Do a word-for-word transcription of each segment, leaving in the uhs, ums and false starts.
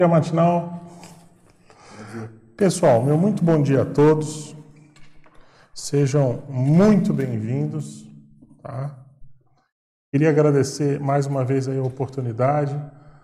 Dia matinal. Pessoal, meu muito bom dia a todos. Sejam muito bem-vindos. Tá? Queria agradecer mais uma vez aí a oportunidade,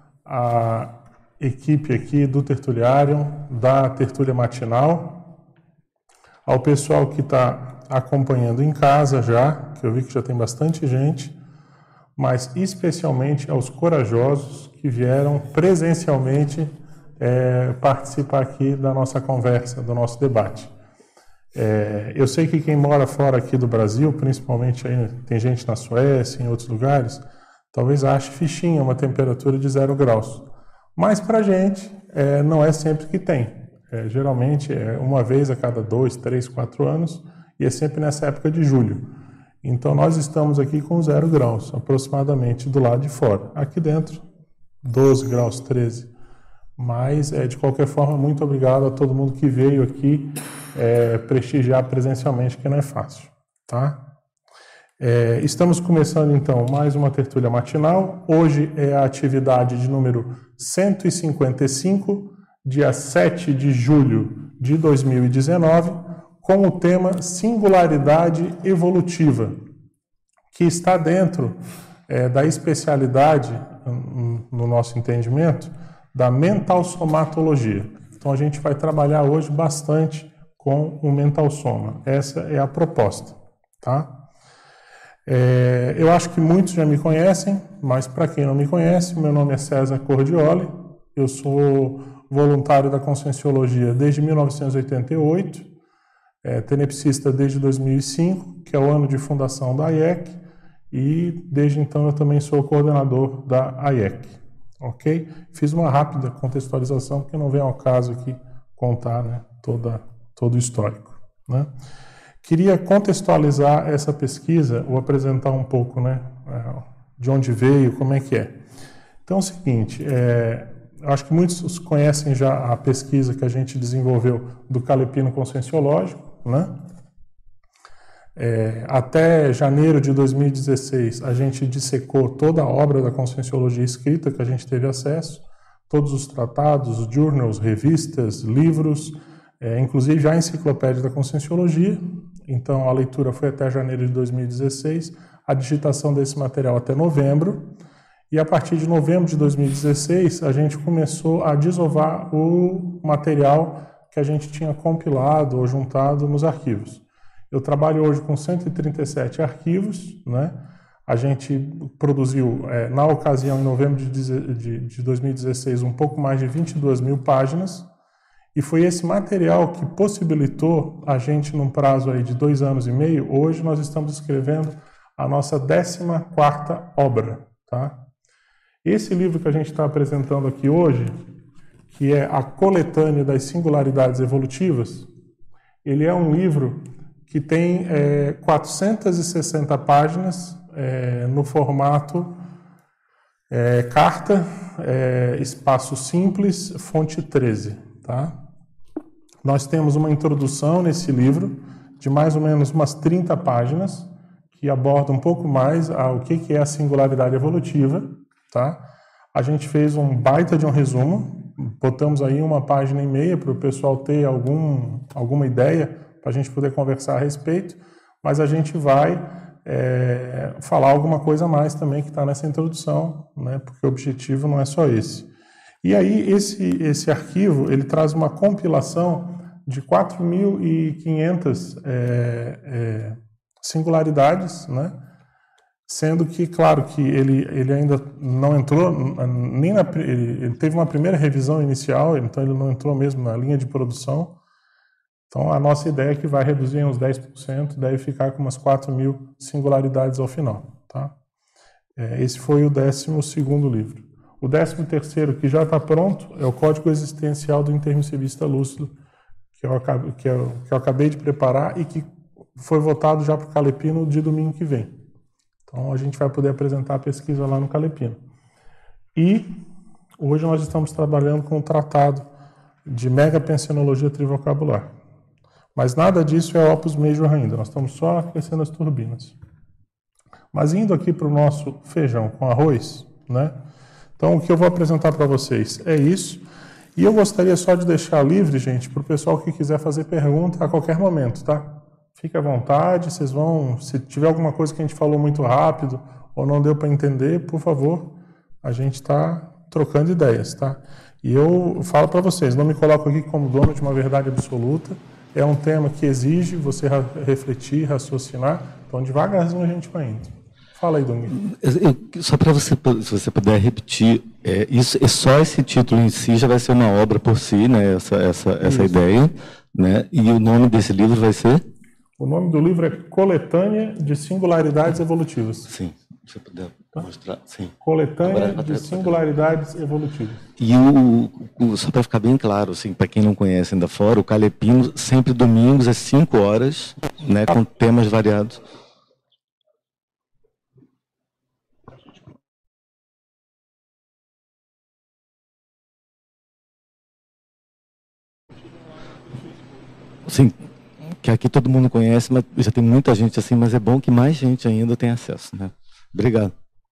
a equipe aqui do Tertuliário, da Tertúlia Matinal, ao pessoal que está acompanhando em casa já, que eu vi que já tem bastante gente, mas especialmente aos corajosos que vieram presencialmente é, participar aqui da nossa conversa, do nosso debate. É, eu sei que quem mora fora aqui do Brasil, principalmente aí, tem gente na Suécia, em outros lugares, talvez ache fichinha uma temperatura de zero graus. Mas para a gente é, não é sempre que tem. É, geralmente é uma vez a cada dois, três, quatro anos e é sempre nessa época de julho. Então nós estamos aqui com zero graus, aproximadamente do lado de fora. Aqui dentro, doze graus, treze. Mas, é, de qualquer forma, muito obrigado a todo mundo que veio aqui é, prestigiar presencialmente, que não é fácil. Tá? É, estamos começando, então, mais uma tertúlia matinal. Hoje é a atividade de número cento e cinquenta e cinco, dia sete de julho de dois mil e dezenove, com o tema Singularidade Evolutiva, que está dentro é, da especialidade, no nosso entendimento, da mentalsomatologia. Então a gente vai trabalhar hoje bastante com o mentalsoma. Essa é a proposta, tá? É, eu acho que muitos já me conhecem, mas para quem não me conhece, meu nome é César Cordioli, eu sou voluntário da Conscienciologia desde mil novecentos e oitenta e oito, é, tenepsista desde dois mil e cinco, que é o ano de fundação da A I E C, e desde então eu também sou coordenador da A I E C. Ok? Fiz uma rápida contextualização, porque não vem ao caso aqui contar, né, toda, todo o histórico. Né? Queria contextualizar essa pesquisa, ou apresentar um pouco, né, de onde veio, como é que é. Então é o seguinte, é, acho que muitos conhecem já a pesquisa que a gente desenvolveu do calepino conscienciológico, né? É, até janeiro de dois mil e dezesseis, a gente dissecou toda a obra da Conscienciologia escrita que a gente teve acesso, todos os tratados, journals, revistas, livros, é, inclusive já a enciclopédia da Conscienciologia. Então, a leitura foi até janeiro de dois mil e dezesseis, a digitação desse material até novembro, e a partir de novembro de dois mil e dezesseis, a gente começou a desovar o material que a gente tinha compilado ou juntado nos arquivos. Eu trabalho hoje com cento e trinta e sete arquivos, né? A gente produziu, é, na ocasião, em novembro de, de, de dois mil e dezesseis, um pouco mais de vinte e duas mil páginas, e foi esse material que possibilitou a gente, num prazo aí de dois anos e meio, hoje nós estamos escrevendo a nossa décima quarta obra. Tá? Esse livro que a gente está apresentando aqui hoje, que é a Coletânea das Singularidades Evolutivas, ele é um livro que tem é, quatrocentas e sessenta páginas é, no formato é, carta, é, espaço simples, fonte treze. Tá? Nós temos uma introdução nesse livro de mais ou menos umas trinta páginas, que aborda um pouco mais o que, que é a singularidade evolutiva. Tá? A gente fez um baita de um resumo, botamos aí uma página e meia para o pessoal ter algum, alguma ideia, para a gente poder conversar a respeito, mas a gente vai é, falar alguma coisa a mais também que está nessa introdução, né, porque o objetivo não é só esse. E aí esse, esse arquivo ele traz uma compilação de quatro mil e quinhentas é, é, singularidades, né, sendo que, claro, que ele, ele ainda não entrou, nem na, ele, ele teve uma primeira revisão inicial, então ele não entrou mesmo na linha de produção. Então, a nossa ideia é que vai reduzir em uns dez por cento, deve ficar com umas quatro mil singularidades ao final. Tá? É, esse foi o décimo segundo livro. O décimo terceiro, que já está pronto, é o Código Existencial do Intermissivista Lúcido, que eu, acabei, que, eu, que eu acabei de preparar e que foi votado já para o Calepino de domingo que vem. Então, a gente vai poder apresentar a pesquisa lá no Calepino. E hoje nós estamos trabalhando com o tratado de Megapensionologia Trivocabular. Mas nada disso é opus major ainda, nós estamos só aquecendo as turbinas. Mas indo aqui para o nosso feijão com arroz, né? Então, o que eu vou apresentar para vocês é isso. E eu gostaria só de deixar livre, gente, para o pessoal que quiser fazer pergunta a qualquer momento, tá? Fique à vontade, vocês vão... Se tiver alguma coisa que a gente falou muito rápido ou não deu para entender, por favor, a gente está trocando ideias, tá? E eu falo para vocês, não me coloco aqui como dono de uma verdade absoluta, é um tema que exige você refletir, raciocinar, então devagarzinho a gente vai indo. Fala aí, Dong. Só para você, se você puder repetir, é, isso, é só esse título em si já vai ser uma obra por si, né? Essa, essa, essa ideia, né? E o nome desse livro vai ser? O nome do livro é Coletânea de Singularidades Evolutivas. Sim, se você puder mostrar. Sim. Coletânea de Singularidades Evolutivas. E o, o só para ficar bem claro, assim, para quem não conhece ainda fora, o Calepino sempre domingos às cinco horas, né? Com temas variados. Sim, que aqui todo mundo conhece, mas já tem muita gente assim, mas é bom que mais gente ainda tenha acesso, né? Obrigado.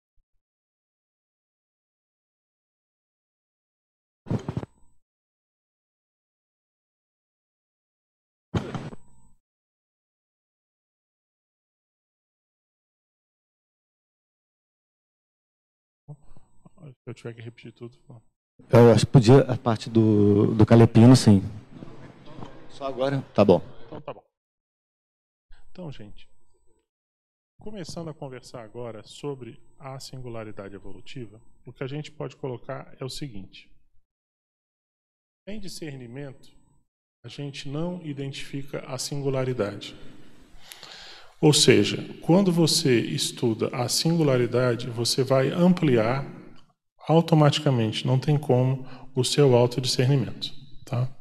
Se eu tiver que repetir tudo. Eu acho que podia a parte do, do Calepino, sim. Só agora? Tá bom. Então tá bom. Então, gente, começando a conversar agora sobre a singularidade evolutiva, o que a gente pode colocar é o seguinte. Em discernimento, a gente não identifica a singularidade. Ou seja, quando você estuda a singularidade, você vai ampliar automaticamente, não tem como, o seu autodiscernimento. Tá?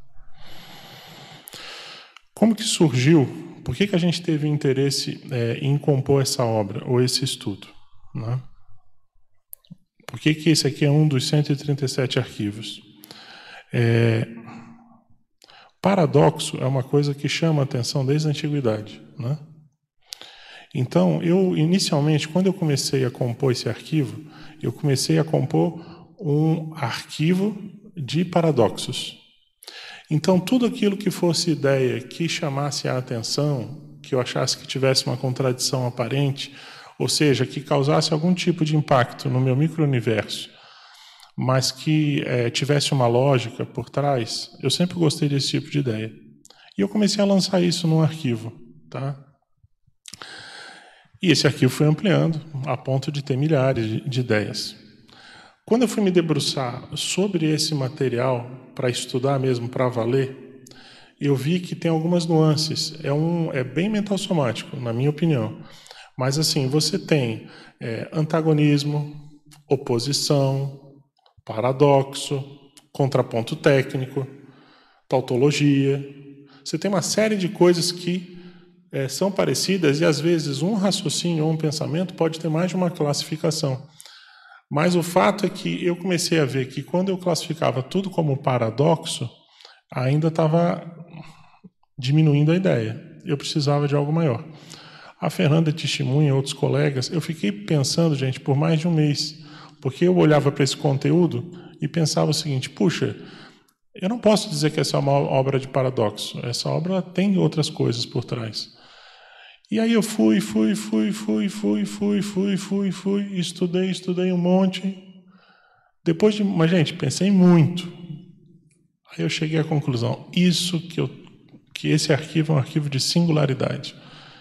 Como que surgiu? Por que que a gente teve interesse é, em compor essa obra, ou esse estudo? Né? Por que que esse aqui é um dos cento e trinta e sete arquivos? É, paradoxo é uma coisa que chama a atenção desde a antiguidade. Né? Então, eu, inicialmente, quando eu comecei a compor esse arquivo, eu comecei a compor um arquivo de paradoxos. Então, tudo aquilo que fosse ideia que chamasse a atenção, que eu achasse que tivesse uma contradição aparente, ou seja, que causasse algum tipo de impacto no meu micro-universo, mas que é, tivesse uma lógica por trás, eu sempre gostei desse tipo de ideia. E eu comecei a lançar isso num arquivo. Tá? E esse arquivo foi ampliando, a ponto de ter milhares de, de ideias. Quando eu fui me debruçar sobre esse material, para estudar mesmo, para valer, eu vi que tem algumas nuances. É, um, é bem mental somático, na minha opinião. Mas, assim, você tem é, antagonismo, oposição, paradoxo, contraponto técnico, tautologia. Você tem uma série de coisas que é, são parecidas e, às vezes, um raciocínio ou um pensamento pode ter mais de uma classificação. Mas o fato é que eu comecei a ver que quando eu classificava tudo como paradoxo, ainda estava diminuindo a ideia. Eu precisava de algo maior. A Fernanda testemunha, outros colegas, eu fiquei pensando, gente, por mais de um mês, porque eu olhava para esse conteúdo e pensava o seguinte, puxa, eu não posso dizer que essa é uma obra de paradoxo, essa obra tem outras coisas por trás. E aí eu fui, fui, fui, fui, fui, fui, fui, fui, fui, estudei, estudei um monte. Depois de... Mas, gente, pensei muito. Aí eu cheguei à conclusão, isso que, eu, que esse arquivo é um arquivo de singularidade.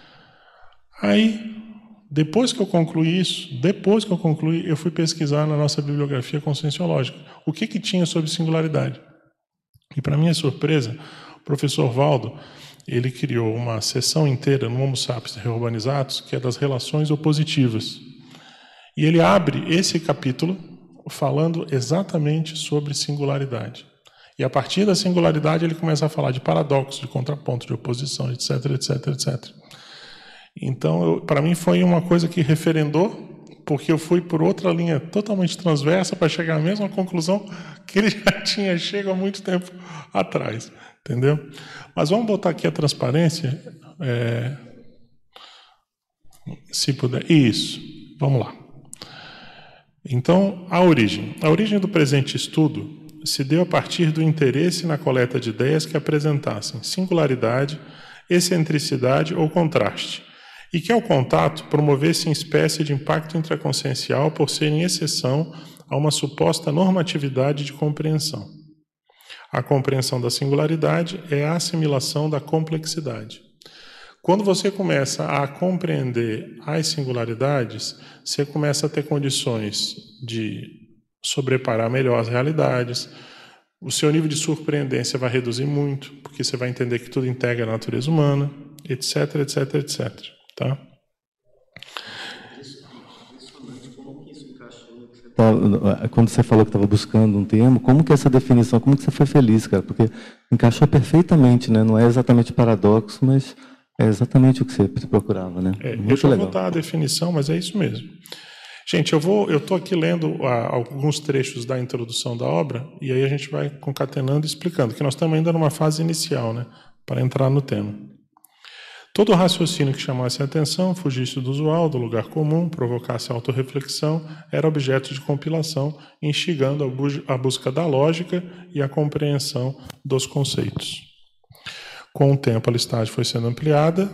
Aí, depois que eu concluí isso, depois que eu concluí, eu fui pesquisar na nossa bibliografia conscienciológica o que, que tinha sobre singularidade. E, para minha surpresa, o professor Valdo, ele criou uma seção inteira no Homo Sapiens Reurbanizatus, que é das relações opositivas. E ele abre esse capítulo falando exatamente sobre singularidade. E a partir da singularidade ele começa a falar de paradoxo, de contraponto, de oposição, etc, etc, etcétera. Então, para mim foi uma coisa que referendou, porque eu fui por outra linha totalmente transversa para chegar à mesma conclusão que ele já tinha chegado há muito tempo atrás. Entendeu? Mas vamos botar aqui a transparência. É... Se puder. Isso. Vamos lá. Então, a origem. A origem do presente estudo se deu a partir do interesse na coleta de ideias que apresentassem singularidade, excentricidade ou contraste, e que, ao contato, promovessem espécie de impacto intraconsciencial por serem exceção a uma suposta normatividade de compreensão. A compreensão da singularidade é a assimilação da complexidade. Quando você começa a compreender as singularidades, você começa a ter condições de sobreparar melhor as realidades, o seu nível de surpreendência vai reduzir muito, porque você vai entender que tudo integra a natureza humana, etc, etc, etcétera. Tá? Quando você falou que estava buscando um termo, como que essa definição, como que você foi feliz, cara? Porque encaixou perfeitamente, né? Não é exatamente paradoxo, mas é exatamente o que você procurava, né? É, Muito deixa eu legal. voltar à definição, mas é isso mesmo. Gente, eu vou, eu estou aqui lendo ah, alguns trechos da introdução da obra, e aí a gente vai concatenando e explicando, que nós estamos ainda numa fase inicial, né? Para entrar no tema. Todo raciocínio que chamasse a atenção, fugisse do usual, do lugar comum, provocasse autorreflexão, era objeto de compilação, instigando a busca da lógica e a compreensão dos conceitos. Com o tempo, a listagem foi sendo ampliada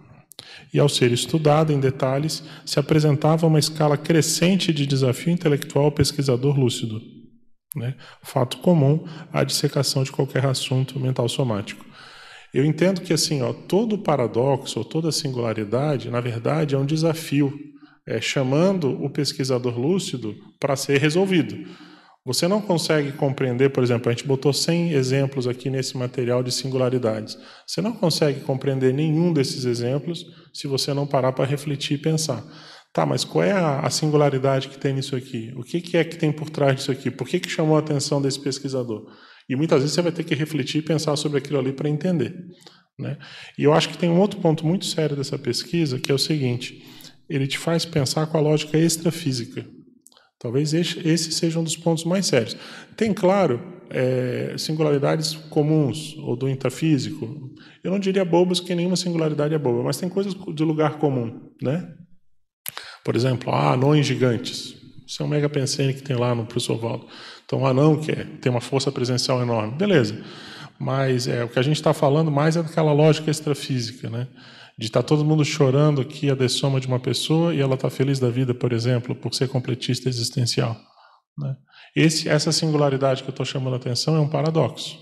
e, ao ser estudada em detalhes, se apresentava uma escala crescente de desafio intelectual ao pesquisador lúcido, né? Fato comum à dissecação de qualquer assunto mental somático. Eu entendo que assim, ó, todo paradoxo ou toda singularidade, na verdade, é um desafio, é, chamando o pesquisador lúcido para ser resolvido. Você não consegue compreender, por exemplo, a gente botou cem exemplos aqui nesse material de singularidades. Você não consegue compreender nenhum desses exemplos se você não parar para refletir e pensar. Tá, mas qual é a, a singularidade que tem nisso aqui? O que, que é que tem por trás disso aqui? Por que, que chamou a atenção desse pesquisador? E muitas vezes você vai ter que refletir e pensar sobre aquilo ali para entender, né? E eu acho que tem um outro ponto muito sério dessa pesquisa, que é o seguinte: ele te faz pensar com a lógica extrafísica. Talvez esse seja um dos pontos mais sérios. Tem, claro, é, singularidades comuns, ou do intrafísico. Eu não diria bobas, porque nenhuma singularidade é boba, mas tem coisas de lugar comum, né? Por exemplo, ah, anões gigantes. Isso é um mega pensene que tem lá no professor Valdo. Então, um anão que é, tem uma força presencial enorme. Beleza. Mas é, o que a gente está falando mais é daquela lógica extrafísica, né? De estar tá todo mundo chorando aqui a dessoma de uma pessoa e ela está feliz da vida, por exemplo, por ser completista existencial, né? Esse, essa singularidade que eu estou chamando a atenção é um paradoxo.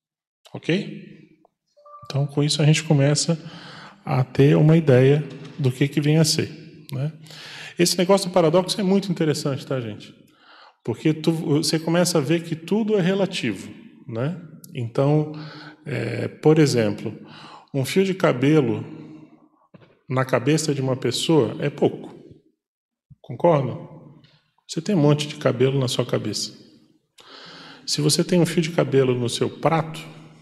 Ok? Então, com isso, a gente começa a ter uma ideia do que, que vem a ser, né? Esse negócio do paradoxo é muito interessante, tá, gente? Porque tu, você começa a ver que tudo é relativo, né? Então, é, por exemplo, um fio de cabelo na cabeça de uma pessoa é pouco. Concordam? Você tem um monte de cabelo na sua cabeça. Se você tem um fio de cabelo no seu prato,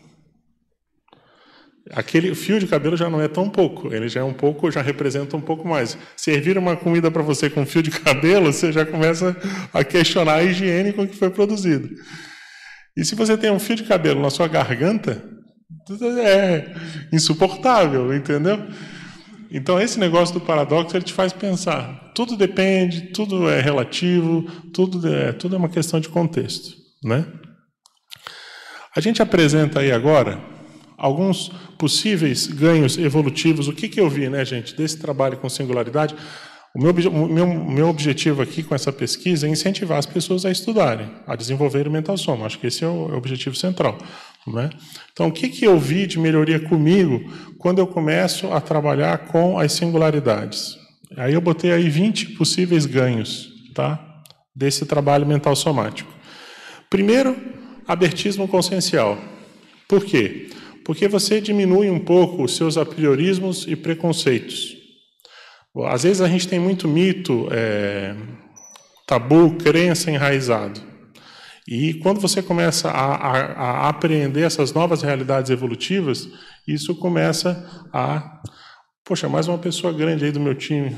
aquele fio de cabelo já não é tão pouco, ele já é um pouco, já representa um pouco mais. Servir uma comida para você com fio de cabelo, você já começa a questionar a higiene com que foi produzido. E se você tem um fio de cabelo na sua garganta, é insuportável, entendeu? Então, esse negócio do paradoxo, ele te faz pensar. Tudo depende, tudo é relativo, tudo é, tudo é uma questão de contexto, né? A gente apresenta aí agora alguns possíveis ganhos evolutivos. O que, que eu vi, né, gente, desse trabalho com singularidade? O meu, o meu, meu objetivo aqui com essa pesquisa é incentivar as pessoas a estudarem, a desenvolver o mental soma. Acho que esse é o, é o objetivo central, né? Então, o que, que eu vi de melhoria comigo quando eu começo a trabalhar com as singularidades? Aí eu botei aí vinte possíveis ganhos, tá, desse trabalho mental somático. Primeiro, abertismo consciencial. Por quê? Porque você diminui um pouco os seus apriorismos e preconceitos. Às vezes a gente tem muito mito, é, tabu, crença enraizado. E quando você começa a, a, a apreender essas novas realidades evolutivas, isso começa a... Poxa, mais uma pessoa grande aí do meu time.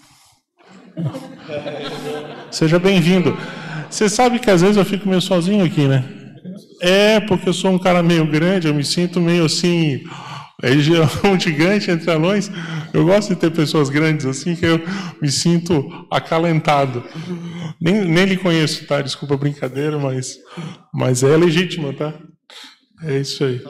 Seja bem-vindo. Você sabe que às vezes eu fico meio sozinho aqui, né? É, porque eu sou um cara meio grande, eu me sinto meio assim... Aí é um gigante entre anões. Eu gosto de ter pessoas grandes assim, que eu me sinto acalentado. Nem, nem lhe conheço, tá? Desculpa a brincadeira, mas, mas é legítima, tá? É isso aí.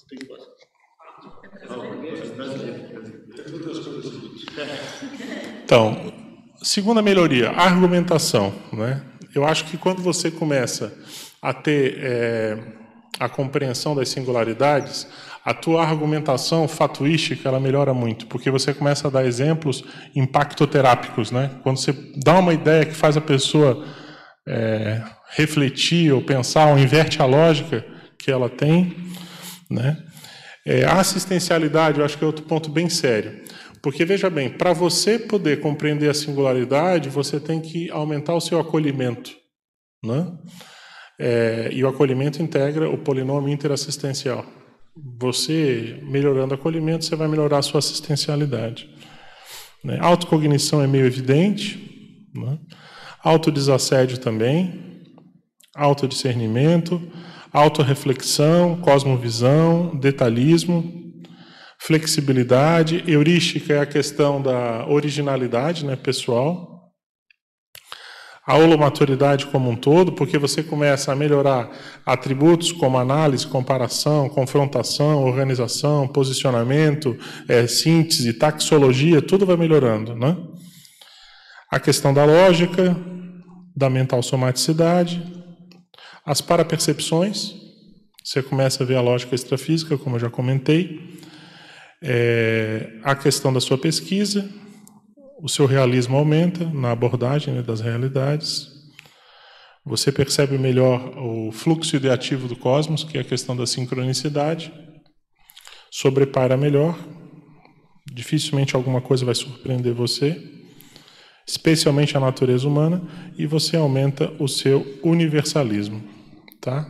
Então, segunda melhoria, argumentação, né? Eu acho que quando você começa a ter é, a compreensão das singularidades, a tua argumentação fatuística ela melhora muito, porque você começa a dar exemplos impactoterápicos, né? Quando você dá uma ideia que faz a pessoa é, refletir ou pensar, ou inverte a lógica que ela tem, né? É, a assistencialidade, eu acho que é outro ponto bem sério. Porque, veja bem, para você poder compreender a singularidade, você tem que aumentar o seu acolhimento, né? É, e o acolhimento integra o polinômio interassistencial. Você, melhorando o acolhimento, você vai melhorar a sua assistencialidade. Né? Autocognição é meio evidente, né? Autodesassédio também, autodiscernimento, autorreflexão, cosmovisão, detalhismo, flexibilidade, heurística é a questão da originalidade, né, pessoal. A holomaturidade como um todo, porque você começa a melhorar atributos como análise, comparação, confrontação, organização, posicionamento, é, síntese, taxologia, tudo vai melhorando, né? A questão da lógica, da mental somaticidade, as parapercepções, você começa a ver a lógica extrafísica, como eu já comentei. É, a questão da sua pesquisa, o seu realismo aumenta na abordagem, né, das realidades. Você percebe melhor o fluxo ideativo do cosmos, que é a questão da sincronicidade. Sobrepara melhor. Dificilmente alguma coisa vai surpreender você, especialmente a natureza humana, e você aumenta o seu universalismo. Tá?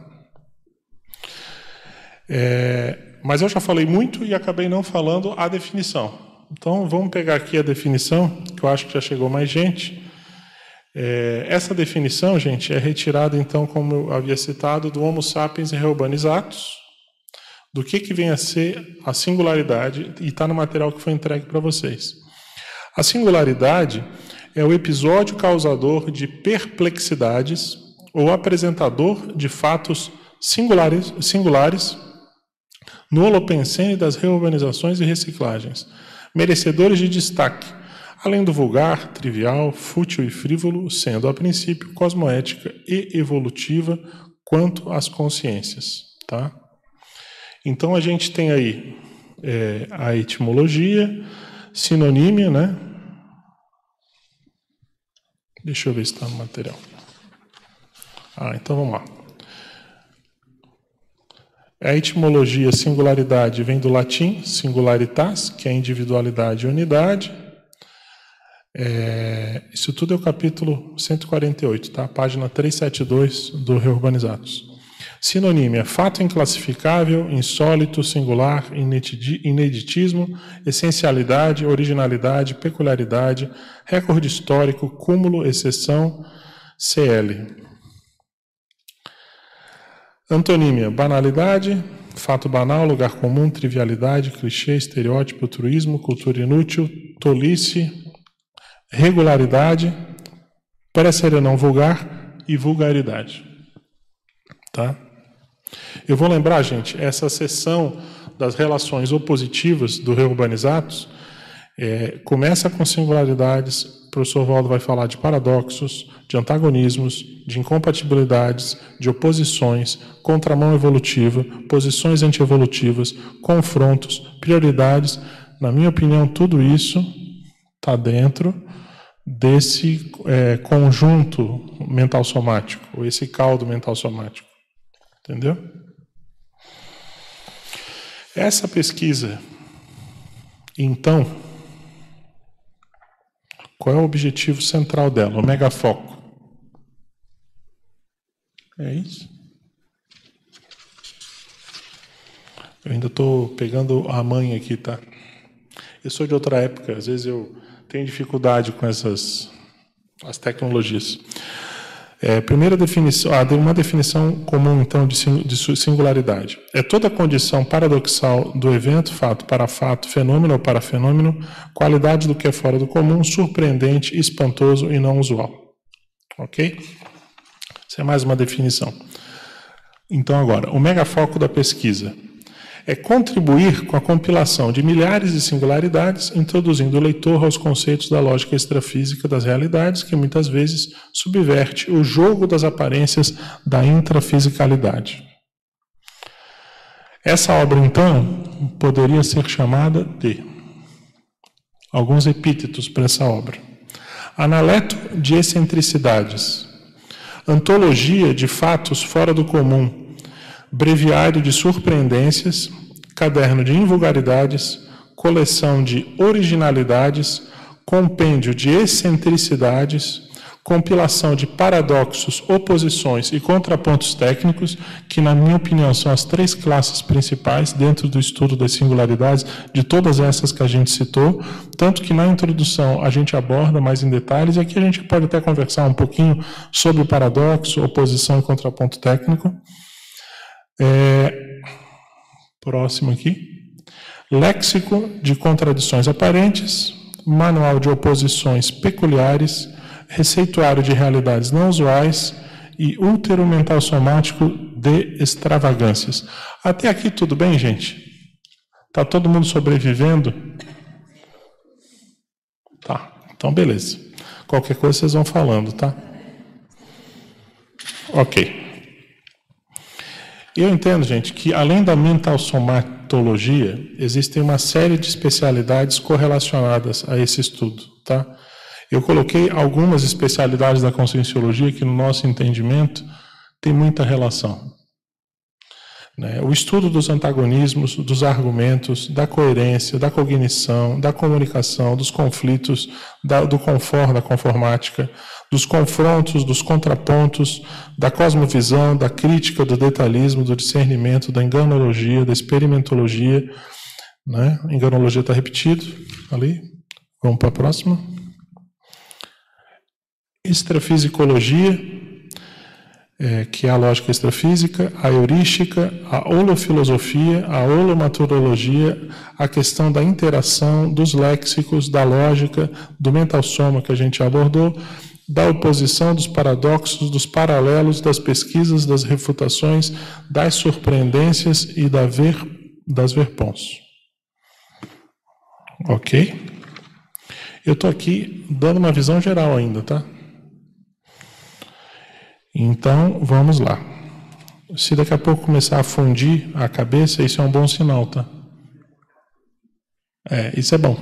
É... Mas eu já falei muito e acabei não falando a definição. Então, vamos pegar aqui a definição, que eu acho que já chegou mais gente. É, essa definição, gente, é retirada, então, como eu havia citado, do Homo sapiens reurbanizatus, do que, que vem a ser a singularidade, e está no material que foi entregue para vocês. A singularidade é o episódio causador de perplexidades ou apresentador de fatos singulares, singulares no holopensene das reurbanizações e reciclagens, merecedores de destaque, além do vulgar, trivial, fútil e frívolo, sendo, a princípio, cosmoética e evolutiva quanto às consciências. Tá? Então, a gente tem aí é, a etimologia, sinonímia, né? Deixa eu ver se está no material. Ah, então vamos lá. A etimologia singularidade vem do latim singularitas, que é individualidade e unidade. É, isso tudo é o capítulo cento e quarenta e oito, tá? Página trezentos e setenta e dois do Reurbanizatus. Sinonímia, fato inclassificável, insólito, singular, ineditismo, essencialidade, originalidade, peculiaridade, recorde histórico, cúmulo, exceção, C L. Antonímia, banalidade, fato banal, lugar comum, trivialidade, clichê, estereótipo, truísmo, cultura inútil, tolice, regularidade, parecer não vulgar e vulgaridade. Tá? Eu vou lembrar, gente, essa seção das relações opositivas do Reurbanizatus é, começa com singularidades, o professor Waldo vai falar de paradoxos, de antagonismos, de incompatibilidades, de oposições, contramão evolutiva, posições antievolutivas, confrontos, prioridades. Na minha opinião, tudo isso está dentro desse é, conjunto mental somático, ou esse caldo mental somático. Entendeu? Essa pesquisa, então, qual é o objetivo central dela? O megafoco. É isso? Eu ainda estou pegando a mãe aqui, tá? Eu sou de outra época, às vezes eu tenho dificuldade com essas as tecnologias. É, primeira definição, ah, uma definição comum, então, de singularidade. É toda condição paradoxal do evento, fato para fato, fenômeno ou para fenômeno, qualidade do que é fora do comum, surpreendente, espantoso e não usual. Ok? Essa é mais uma definição. Então, agora, o megafoco da pesquisa é contribuir com a compilação de milhares de singularidades, introduzindo o leitor aos conceitos da lógica extrafísica das realidades, que muitas vezes subverte o jogo das aparências da intrafisicalidade. Essa obra, então, poderia ser chamada de alguns epítetos para essa obra: Analeto de excentricidades, antologia de fatos fora do comum, breviário de surpreendências, caderno de invulgaridades, coleção de originalidades, compêndio de excentricidades, compilação de paradoxos, oposições e contrapontos técnicos, que, na minha opinião, são as três classes principais dentro do estudo das singularidades, de todas essas que a gente citou, tanto que na introdução a gente aborda mais em detalhes, e aqui a gente pode até conversar um pouquinho sobre o paradoxo, oposição e contraponto técnico. É, próximo aqui. Léxico de contradições aparentes, manual de oposições peculiares, receituário de realidades não usuais e útero mental somático de extravagâncias. Até aqui tudo bem, gente? Tá todo mundo sobrevivendo? Tá, então beleza. Qualquer coisa vocês vão falando, tá? Ok. Eu entendo, gente, que além da mental somatologia, existem uma série de especialidades correlacionadas a esse estudo, tá? Eu coloquei algumas especialidades da conscienciologia que, no nosso entendimento, tem muita relação. Né? O estudo dos antagonismos, dos argumentos, da coerência, da cognição, da comunicação, dos conflitos, da, do conforto, da conformática, dos confrontos, dos contrapontos, da cosmovisão, da crítica, do detalhismo, do discernimento, da enganologia, da experimentologia. Né? Enganologia está repetido ali. Vamos para a próxima. Extrafisicologia, é, que é a lógica extrafísica, a heurística, a holofilosofia, a holomaturologia, a questão da interação, dos léxicos, da lógica, do mental soma que a gente abordou, da oposição, dos paradoxos, dos paralelos, das pesquisas, das refutações, das surpreendências e da ver, das verpons. Ok? Eu estou aqui dando uma visão geral ainda, tá? Então, vamos lá. Se daqui a pouco começar a fundir a cabeça, isso é um bom sinal, tá? É, isso é bom.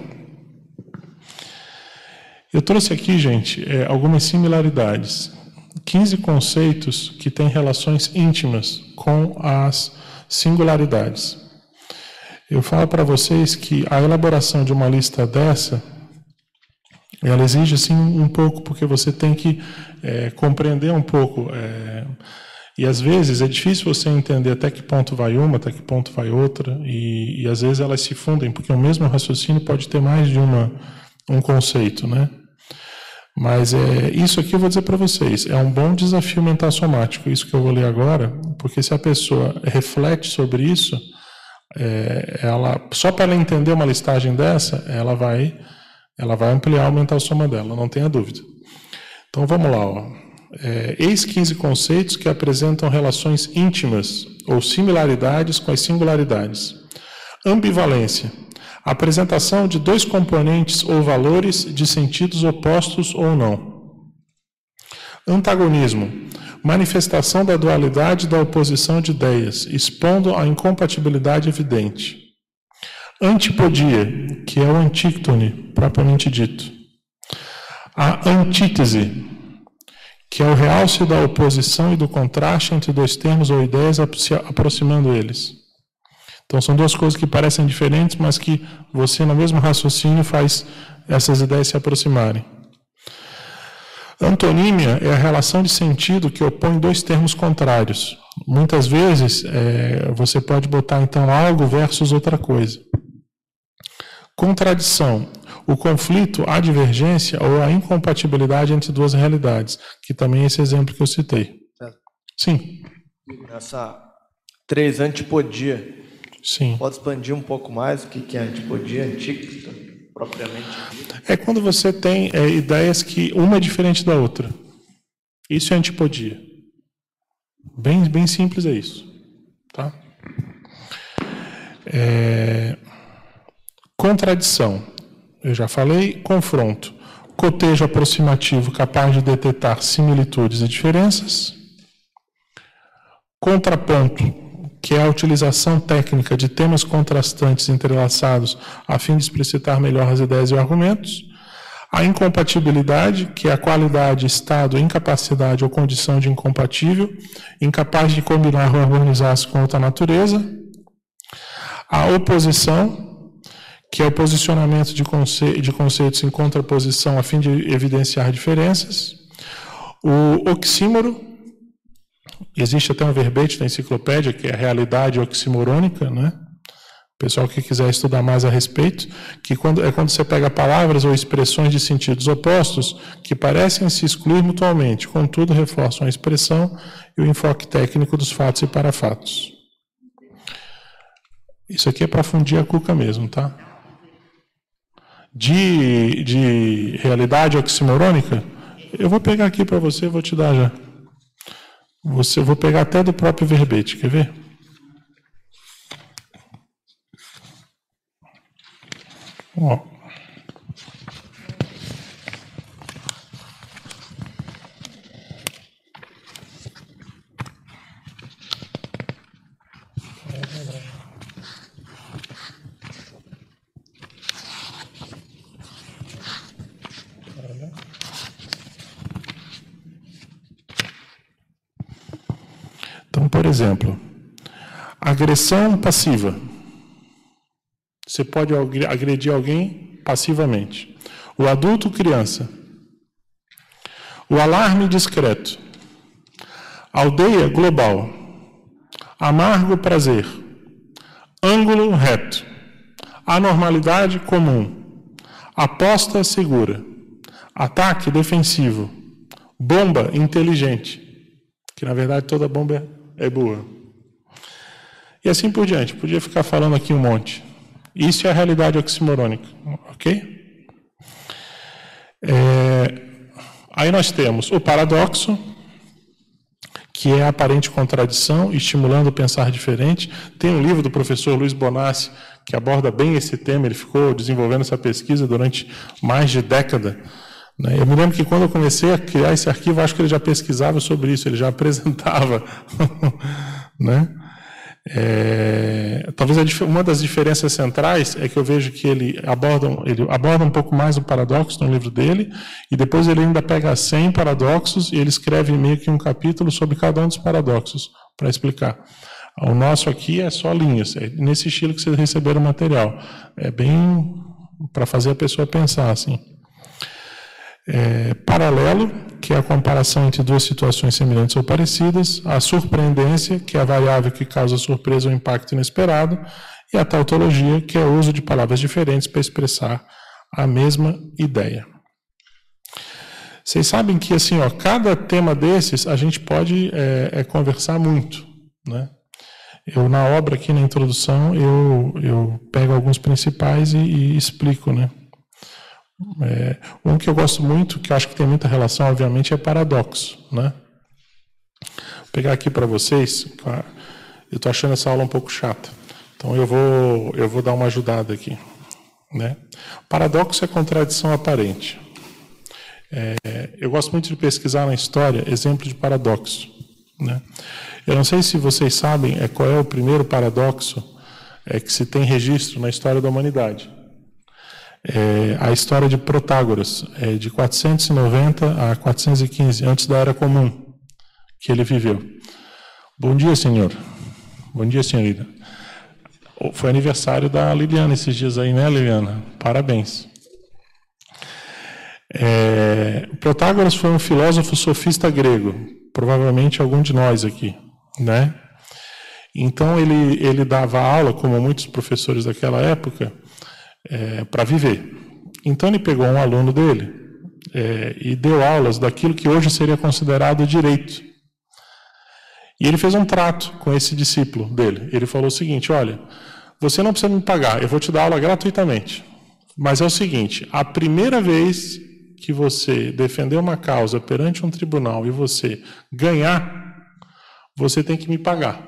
Eu trouxe aqui, gente, é, algumas similaridades. quinze conceitos que têm relações íntimas com as singularidades. Eu falo para vocês que a elaboração de uma lista dessa, ela exige, assim, um pouco, porque você tem que é, compreender um pouco. É, e, às vezes, é difícil você entender até que ponto vai uma, até que ponto vai outra, e, e às vezes, elas se fundem, porque o mesmo raciocínio pode ter mais de uma, um conceito, né? Mas é, isso aqui eu vou dizer para vocês, é um bom desafio mental somático, isso que eu vou ler agora, porque se a pessoa reflete sobre isso, é, ela, só para ela entender uma listagem dessa, ela vai... ela vai ampliar o mental soma dela, não tenha dúvida. Então, vamos lá. Ó. É, eis quinze conceitos que apresentam relações íntimas ou similaridades com as singularidades. Ambivalência. Apresentação de dois componentes ou valores de sentidos opostos ou não. Antagonismo. Manifestação da dualidade e da oposição de ideias, expondo a incompatibilidade evidente. Antipodia, que é o antíctone, propriamente dito. A antítese, que é o realce da oposição e do contraste entre dois termos ou ideias, se aproximando eles. Então, são duas coisas que parecem diferentes, mas que você, no mesmo raciocínio, faz essas ideias se aproximarem. Antonímia é a relação de sentido que opõe dois termos contrários. Muitas vezes, é, você pode botar, então, algo versus outra coisa. Contradição. o conflito, a divergência ou a incompatibilidade entre duas realidades, que também é esse exemplo que eu citei. É. Sim. Essa três, antipodia. Sim. Pode expandir um pouco mais o que é antipodia, antícrita, propriamente dita? É quando você tem é, ideias que uma é diferente da outra. Isso é antipodia. Bem, bem simples é isso. Tá? É... Contradição. Eu já falei. Confronto. Cotejo aproximativo capaz de detectar similitudes e diferenças. Contraponto, que é a utilização técnica de temas contrastantes entrelaçados a fim de explicitar melhor as ideias e argumentos. A incompatibilidade, que é a qualidade, estado, incapacidade ou condição de incompatível, incapaz de combinar ou harmonizar-se com outra natureza. A oposição, que é o posicionamento de, conce de conceitos em contraposição a fim de evidenciar diferenças. O oxímoro, existe até um verbete na enciclopédia, que é a realidade oximorônica, né? O pessoal que quiser estudar mais a respeito, que quando, é quando você pega palavras ou expressões de sentidos opostos que parecem se excluir mutuamente, contudo reforçam a expressão e o enfoque técnico dos fatos e parafatos. Isso aqui é para fundir a cuca mesmo, tá? De, de realidade oximorônica, eu vou pegar aqui para você e vou te dar já. Você, eu vou pegar até do próprio verbete, quer ver? Ó. Então, por exemplo, agressão passiva. Você pode agredir alguém passivamente. O adulto, criança. O alarme discreto. Aldeia global. Amargo prazer. Ângulo reto. Anormalidade comum. Aposta segura. Ataque defensivo. Bomba inteligente. Que na verdade toda bomba é boa. E assim por diante. Podia ficar falando aqui um monte. Isso é a realidade oximorônica, ok? É, aí nós temos o paradoxo, que é a aparente contradição, estimulando o pensar diferente. Tem um livro do professor Luiz Bonassi que aborda bem esse tema, ele ficou desenvolvendo essa pesquisa durante mais de década. Né? Eu me lembro que quando eu comecei a criar esse arquivo, acho que ele já pesquisava sobre isso, ele já apresentava. Né? É, talvez a, uma das diferenças centrais é que eu vejo que ele aborda, ele aborda um pouco mais o paradoxo no livro dele, e depois ele ainda pega cem paradoxos e ele escreve meio que um capítulo sobre cada um dos paradoxos, para explicar. O nosso aqui é só linhas, é nesse estilo que vocês receberam o material. É bem para fazer a pessoa pensar assim. É, paralelo, que é a comparação entre duas situações semelhantes ou parecidas, a surpreendência, que é a variável que causa surpresa ou impacto inesperado, e a tautologia, que é o uso de palavras diferentes para expressar a mesma ideia. Vocês sabem que assim, ó, cada tema desses a gente pode é, é, conversar muito, né? Eu, na obra aqui na introdução, eu, eu pego alguns principais e, e explico, né? É, um que eu gosto muito, que eu acho que tem muita relação, obviamente, é paradoxo, né? Vou pegar aqui para vocês. Eu estou achando essa aula um pouco chata, então eu vou, eu vou dar uma ajudada aqui, né? Paradoxo é contradição aparente. É, eu gosto muito de pesquisar na história exemplos de paradoxo, né? Eu não sei se vocês sabem é, qual é o primeiro paradoxo é, que se tem registro na história da humanidade. É a história de Protágoras, é de quatrocentos e noventa a quatrocentos e quinze, antes da Era Comum, que ele viveu. Bom dia, senhor. Bom dia, senhorita. Foi aniversário da Liliana esses dias aí, né, Liliana? Parabéns. É, Protágoras foi um filósofo sofista grego, provavelmente algum de nós aqui, né? Então ele, ele dava aula, como muitos professores daquela época, É, para viver. Então ele pegou um aluno dele é, e deu aulas daquilo que hoje seria considerado direito. E ele fez um trato com esse discípulo dele. Ele falou o seguinte: olha, você não precisa me pagar, eu vou te dar aula gratuitamente. Mas é o seguinte, a primeira vez que você defender uma causa perante um tribunal e você ganhar, você tem que me pagar.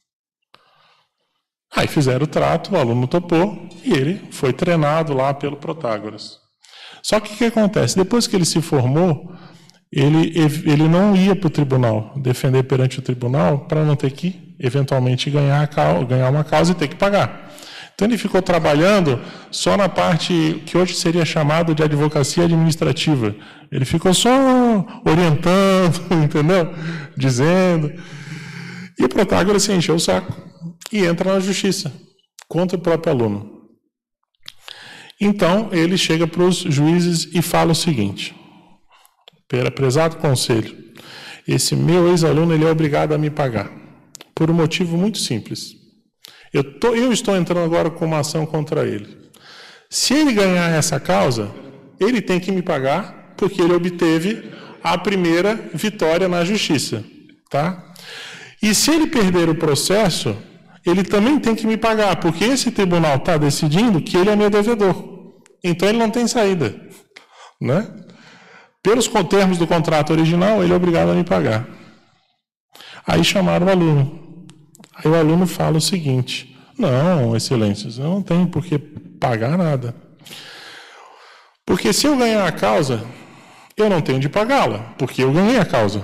Aí fizeram o trato, o aluno topou e ele foi treinado lá pelo Protágoras. Só que o que acontece? Depois que ele se formou, ele, ele não ia para o tribunal, defender perante o tribunal, para não ter que, eventualmente, ganhar, ganhar uma causa e ter que pagar. Então ele ficou trabalhando só na parte que hoje seria chamado de advocacia administrativa. Ele ficou só orientando, entendeu? Dizendo. E o Protágoras se encheu o saco e entra na justiça contra o próprio aluno. Então ele chega para os juízes e fala o seguinte: prezado conselho, esse meu ex-aluno ele é obrigado a me pagar, por um motivo muito simples. Eu, tô, eu estou entrando agora com uma ação contra ele. Se ele ganhar essa causa, ele tem que me pagar, porque ele obteve a primeira vitória na justiça. Tá? E se ele perder o processo, ele também tem que me pagar, porque esse tribunal está decidindo que ele é meu devedor. Então ele não tem saída. Né? Pelos termos do contrato original, ele é obrigado a me pagar. Aí chamaram o aluno. Aí o aluno fala o seguinte: não, excelências, eu não tenho por que pagar nada. Porque se eu ganhar a causa, eu não tenho de pagá-la, porque eu ganhei a causa.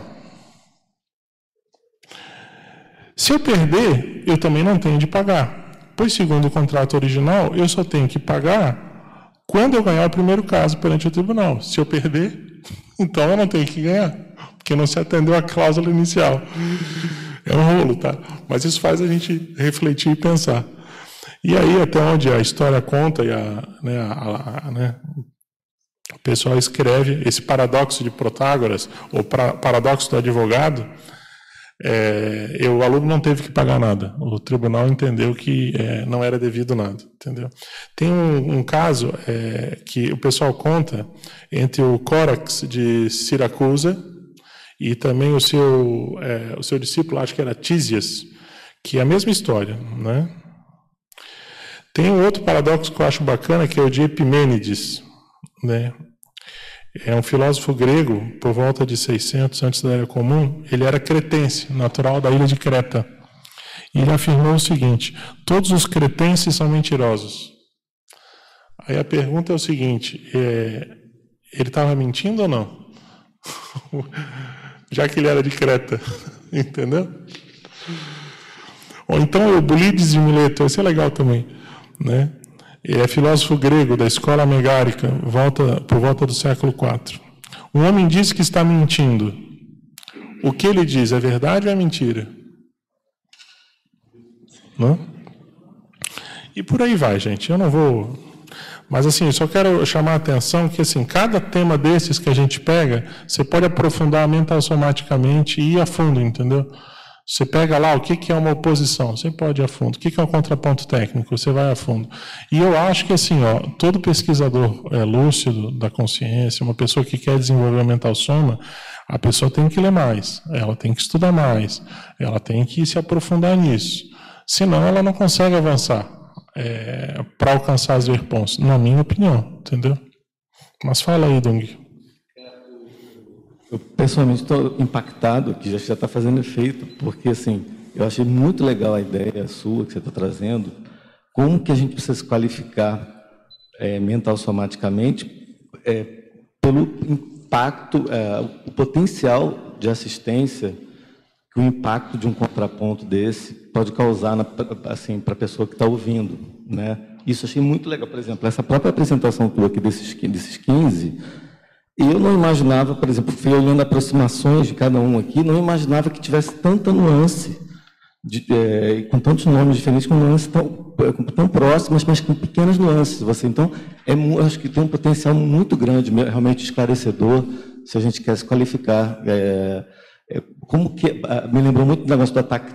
Se eu perder, eu também não tenho de pagar, pois segundo o contrato original, eu só tenho que pagar quando eu ganhar o primeiro caso perante o tribunal. Se eu perder, então eu não tenho que ganhar, porque não se atendeu à cláusula inicial. É um rolo, tá? Mas isso faz a gente refletir e pensar. E aí, até onde a história conta, e a, né, a, a, né, o pessoal escreve esse paradoxo de Protágoras, ou pra, paradoxo do advogado, é, e o aluno não teve que pagar nada. O tribunal entendeu que é, não era devido nada. Entendeu? Tem um, um caso é, que o pessoal conta entre o Córax de Siracusa e também o seu, é, o seu discípulo, acho que era Tísias, que é a mesma história. Né? Tem um outro paradoxo que eu acho bacana, que é o de Epimênides. Né? É um filósofo grego, por volta de seiscentos antes da Era Comum. Ele era cretense, natural da ilha de Creta. E ele afirmou o seguinte: todos os cretenses são mentirosos. Aí a pergunta é o seguinte: é, ele estava mentindo ou não? Já que ele era de Creta, entendeu? Ou então o Eubulides de Mileto, esse é legal também, né? Ele é filósofo grego da escola megárica, volta, por volta do século quatro. Um homem diz que está mentindo. O que ele diz, é verdade ou é mentira? Não? E por aí vai, gente. Eu não vou... Mas, assim, eu só quero chamar a atenção que, assim, cada tema desses que a gente pega, você pode aprofundar mental-somaticamente e ir a fundo, entendeu? Você pega lá o que é uma oposição, você pode ir a fundo. O que é um contraponto técnico, você vai a fundo. E eu acho que, assim, ó, todo pesquisador é, lúcido da consciência, uma pessoa que quer desenvolver a mental soma, a pessoa tem que ler mais, ela tem que estudar mais, ela tem que se aprofundar nisso. Senão, ela não consegue avançar. É, para alcançar as verpons, na minha opinião, entendeu? Mas fala aí, Dung. Eu pessoalmente estou impactado, que já está fazendo efeito, porque assim, eu achei muito legal a ideia sua que você está trazendo, como que a gente precisa se qualificar é, mental somaticamente é, pelo impacto, é, o potencial de assistência que o impacto de um contraponto desse pode causar na, assim, para a pessoa que está ouvindo. Né? Isso achei muito legal. Por exemplo, essa própria apresentação tua aqui desses, desses quinze, eu não imaginava, por exemplo, fui olhando aproximações de cada um aqui, não imaginava que tivesse tanta nuance, de, é, com tantos nomes diferentes, com nuances tão, tão próximas, mas com pequenas nuances. Você, então, é, acho que tem um potencial muito grande, realmente esclarecedor, se a gente quer se qualificar. É, É, como que me lembrou muito do negócio do ataque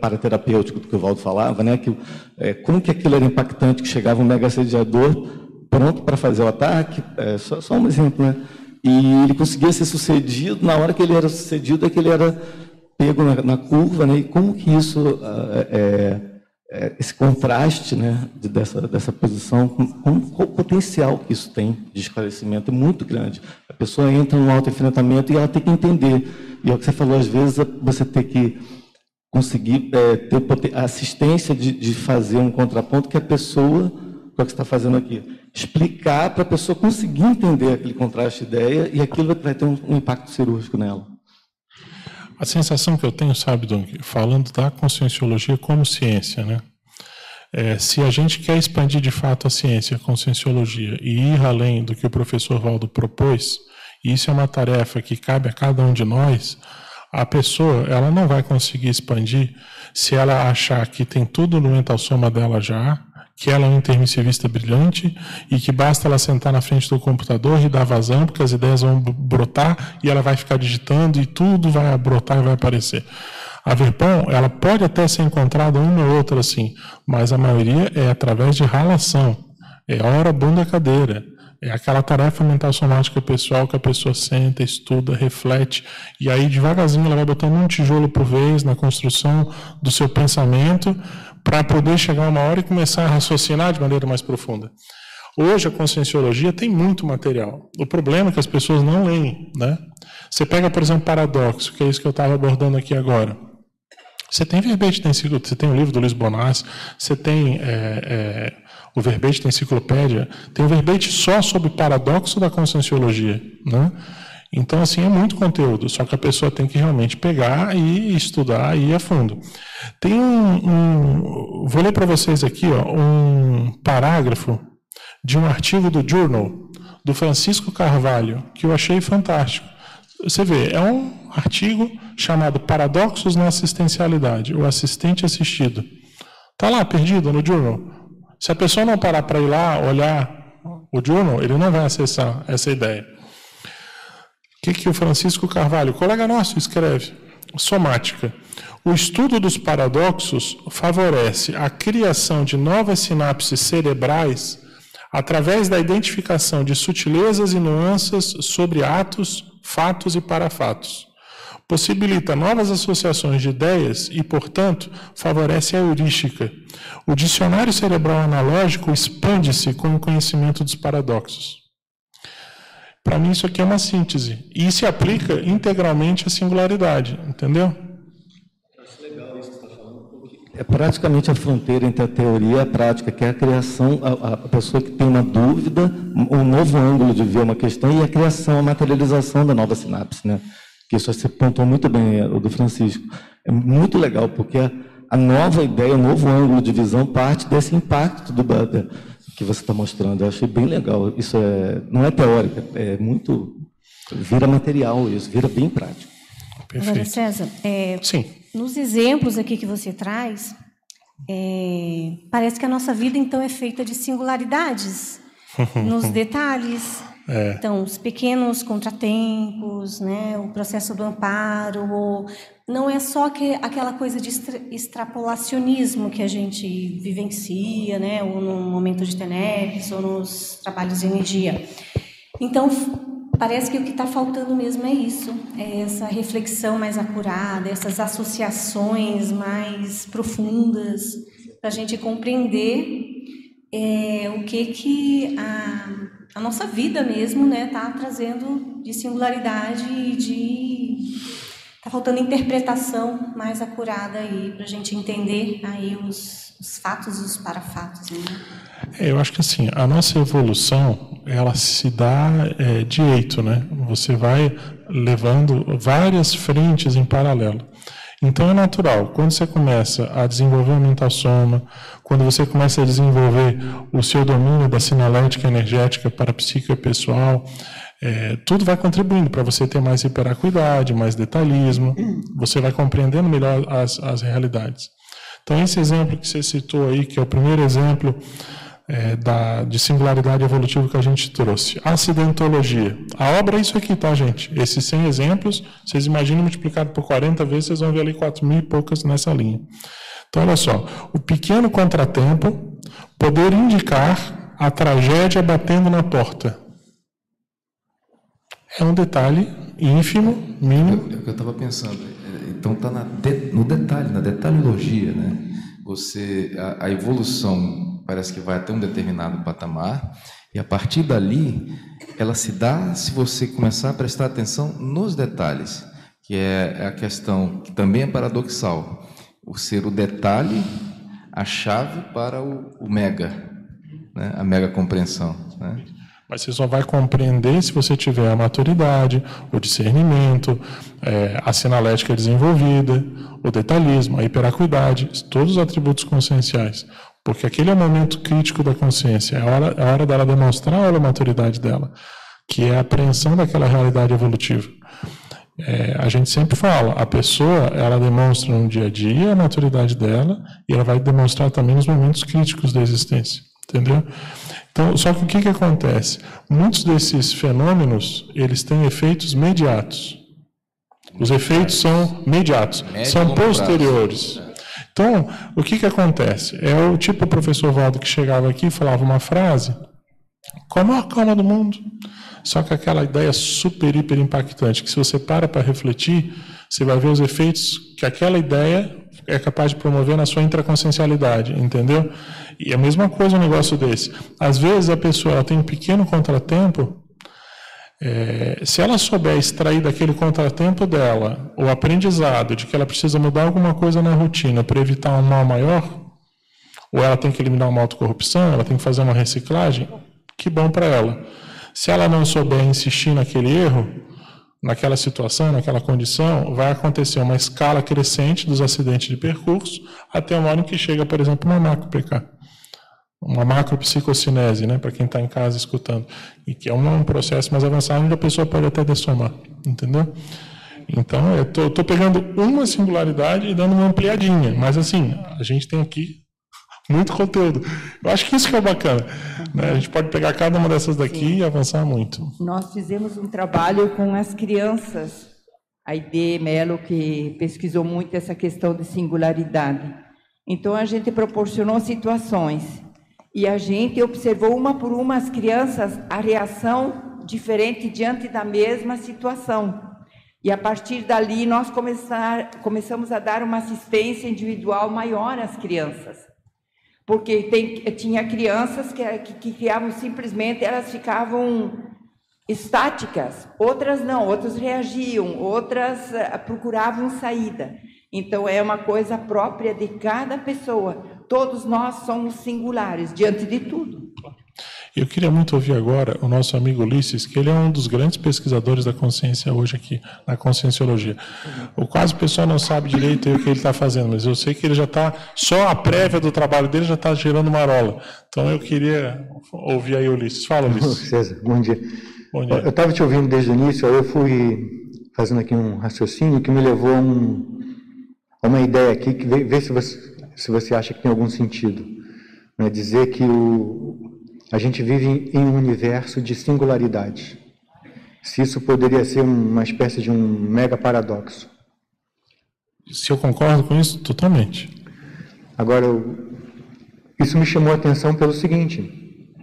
paraterapêutico que o Valdo falava, né? Que é, como que aquilo era impactante, que chegava um mega assediador pronto para fazer o ataque, é, só, só um exemplo, né? E ele conseguia ser sucedido, na hora que ele era sucedido é que ele era pego na, na curva, né? E como que isso, é, é, esse contraste, né, dessa, dessa posição, com, com, qual o potencial que isso tem de esclarecimento é muito grande. A pessoa entra no autoenfrentamento e ela tem que entender. E é o que você falou, às vezes você tem que conseguir é, ter a assistência de, de fazer um contraponto que a pessoa, que é o que você está fazendo aqui, explicar para a pessoa conseguir entender aquele contraste de ideia e aquilo vai ter um, um impacto cirúrgico nela. A sensação que eu tenho, sabe, Dung, falando da conscienciologia como ciência, né? É, se a gente quer expandir de fato a ciência, a conscienciologia, e ir além do que o professor Valdo propôs, e isso é uma tarefa que cabe a cada um de nós, a pessoa ela não vai conseguir expandir se ela achar que tem tudo no mental soma dela já, que ela é um intermissivista brilhante e que basta ela sentar na frente do computador e dar vazão, porque as ideias vão brotar e ela vai ficar digitando e tudo vai brotar e vai aparecer. A Verpon, ela pode até ser encontrada uma ou outra assim, mas a maioria é através de ralação, é hora, bunda, cadeira. É aquela tarefa mental somática pessoal que a pessoa senta, estuda, reflete, e aí devagarzinho ela vai botando um tijolo por vez na construção do seu pensamento para poder chegar uma hora e começar a raciocinar de maneira mais profunda. Hoje a conscienciologia tem muito material. O problema é que as pessoas não leem, né? Você pega, por exemplo, paradoxo, que é isso que eu estava abordando aqui agora. Você tem verbete da enciclopédia, você tem o livro do Luiz Bonassi, você tem é, é, o verbete da enciclopédia, tem o verbete só sobre paradoxo da conscienciologia, né? Então, assim, é muito conteúdo, só que a pessoa tem que realmente pegar e estudar e ir a fundo. Tem um... um vou ler para vocês aqui, ó, um parágrafo de um artigo do Journal, do Francisco Carvalho, que eu achei fantástico. Você vê, é um artigo chamado Paradoxos na Assistencialidade, o assistente assistido. Está lá, perdido no Journal. Se a pessoa não parar para ir lá, olhar o Journal, ele não vai acessar essa ideia. O que, que o Francisco Carvalho, colega nosso, escreve? Somática. O estudo dos paradoxos favorece a criação de novas sinapses cerebrais através da identificação de sutilezas e nuances sobre atos, fatos e parafatos. Possibilita novas associações de ideias e, portanto, favorece a heurística. O dicionário cerebral analógico expande-se com o conhecimento dos paradoxos. Para mim, isso aqui é uma síntese. E se aplica integralmente à singularidade, entendeu? Acho legal isso que você está falando, porque é praticamente a fronteira entre a teoria e a prática, que é a criação, a, a pessoa que tem uma dúvida, um novo ângulo de ver uma questão, e a criação, a materialização da nova sinapse, né? Que isso você pontuou muito bem, o do Francisco. É muito legal, porque a, a nova ideia, o novo ângulo de visão parte desse impacto do Butter que você está mostrando. Eu achei bem legal. Isso é, não é teórico, é muito... Vira material isso, vira bem prático. Perfeito. Agora, César, é, Sim. nos exemplos aqui que você traz, é, parece que a nossa vida, então, é feita de singularidades nos detalhes. É. Então, os pequenos contratempos, né, o processo do amparo, ou, não é só que, aquela coisa de extra, extrapolacionismo que a gente vivencia, né, ou no momento de Teneps, ou nos trabalhos de energia. Então, parece que o que está faltando mesmo é isso, é essa reflexão mais acurada, essas associações mais profundas, para a gente compreender é, o que, que a, a nossa vida mesmo está, né, trazendo de singularidade e de... Está faltando interpretação mais acurada aí, para a gente entender aí os, os fatos e os parafatos, né? É, eu acho que assim, a nossa evolução, ela se dá é, direito, né? Você vai levando várias frentes em paralelo. Então é natural, quando você começa a desenvolver a mental soma, quando você começa a desenvolver o seu domínio da sinalética energética para a psique pessoal, é, tudo vai contribuindo para você ter mais hiperacuidade, mais detalhismo, você vai compreendendo melhor as, as realidades. Então esse exemplo que você citou aí, que é o primeiro exemplo é, da, de singularidade evolutiva que a gente trouxe, acidentologia. A obra é isso aqui, tá, gente? Esses cem exemplos, vocês imaginam multiplicado por quarenta vezes, vocês vão ver ali quatro mil e poucas nessa linha. Então olha só, o pequeno contratempo, poder indicar a tragédia batendo na porta. É um detalhe ínfimo, mínimo. É o que eu estava pensando. Então está no detalhe, na detalhologia, né? Você, a, a evolução parece que vai até um determinado patamar e a partir dali ela se dá se você começar a prestar atenção nos detalhes, que é a questão que também é paradoxal, o ser o detalhe, a chave para o, o mega, né? A mega compreensão, né? Mas você só vai compreender se você tiver a maturidade, o discernimento, é, a sinalética desenvolvida, o detalhismo, a hiperacuidade, todos os atributos conscienciais. Porque aquele é o momento crítico da consciência, é a hora, é a hora dela demonstrar a maturidade dela, que é a apreensão daquela realidade evolutiva. É, a gente sempre fala, a pessoa, ela demonstra no dia a dia a maturidade dela e ela vai demonstrar também nos momentos críticos da existência, entendeu? Então, só que o que, que acontece? Muitos desses fenômenos, eles têm efeitos mediatos. Os efeitos são mediatos, são posteriores. Então, o que, que acontece? É o tipo o professor Valdo que chegava aqui e falava uma frase com a maior calma do mundo, só que aquela ideia super, hiper impactante, que se você para para refletir, você vai ver os efeitos que aquela ideia é capaz de promover na sua intraconsciencialidade, entendeu? E a mesma coisa um negócio desse. Às vezes a pessoa ela tem um pequeno contratempo, é, se ela souber extrair daquele contratempo dela o aprendizado de que ela precisa mudar alguma coisa na rotina para evitar um mal maior, ou ela tem que eliminar uma autocorrupção, ela tem que fazer uma reciclagem, que bom para ela. Se ela não souber insistir naquele erro, naquela situação, naquela condição, vai acontecer uma escala crescente dos acidentes de percurso até uma hora em que chega, por exemplo, uma macro-P K. Uma macropsicocinese, né, para quem está em casa escutando. E que é um, um processo mais avançado onde a pessoa pode até dessomar, entendeu? Então, eu estou pegando uma singularidade e dando uma ampliadinha. Mas, assim, a gente tem aqui muito conteúdo. Eu acho que isso que é bacana, né? A gente pode pegar cada uma dessas daqui Sim. e avançar muito. Nós fizemos um trabalho com as crianças. A Ide Mello, que pesquisou muito essa questão de singularidade. Então, a gente proporcionou situações. E a gente observou uma por uma as crianças, a reação diferente diante da mesma situação. E, a partir dali, nós começar, começamos a dar uma assistência individual maior às crianças. Porque tem, tinha crianças que, que, que criavam simplesmente, elas ficavam estáticas, outras não, outras reagiam, outras uh, procuravam saída. Então, é uma coisa própria de cada pessoa. Todos nós somos singulares diante de tudo. Eu queria muito ouvir agora o nosso amigo Ulisses, que ele é um dos grandes pesquisadores da consciência hoje aqui, na Conscienciologia. O quase o pessoal não sabe direito o que ele está fazendo, mas eu sei que ele já está, só a prévia do trabalho dele já está gerando marola. Então eu queria ouvir aí o Ulisses. Fala, Ulisses. César, bom dia. Bom dia. Eu estava te ouvindo desde o início, aí eu fui fazendo aqui um raciocínio que me levou a, um, a uma ideia aqui, que vê, vê se, você, se você acha que tem algum sentido. Né? Dizer que o... a gente vive em um universo de singularidades. Se isso poderia ser uma espécie de um mega paradoxo. Se eu concordo com isso, totalmente. Agora, eu, isso me chamou a atenção pelo seguinte,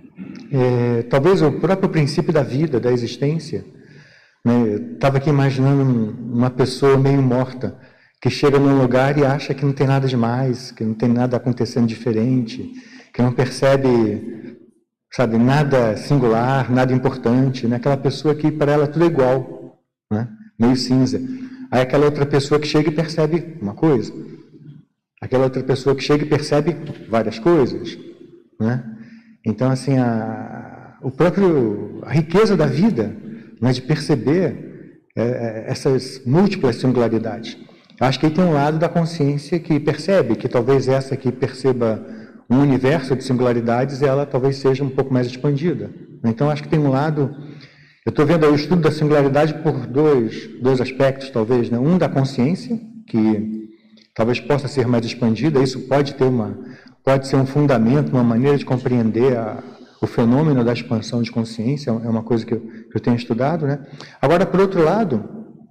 é, talvez o próprio princípio da vida, da existência, né, eu estava aqui imaginando uma pessoa meio morta, que chega num lugar e acha que não tem nada demais, que não tem nada acontecendo diferente, que não percebe... sabe, nada singular, nada importante, né? Aquela pessoa que para ela tudo é igual, né? Meio cinza. Aí aquela outra pessoa que chega e percebe uma coisa, aquela outra pessoa que chega e percebe várias coisas, né? Então, assim, a, o próprio, a riqueza da vida, né, de perceber é, é, essas múltiplas singularidades. Eu acho que aí tem um lado da consciência que percebe, que talvez essa que perceba um universo de singularidades, ela talvez seja um pouco mais expandida. Então, acho que tem um lado... Eu estou vendo aí o estudo da singularidade por dois, dois aspectos, talvez, né? Um da consciência, que talvez possa ser mais expandida, isso pode ter uma... pode ser um fundamento, uma maneira de compreender a, o fenômeno da expansão de consciência, é uma coisa que eu, que eu tenho estudado, né? Agora, por outro lado,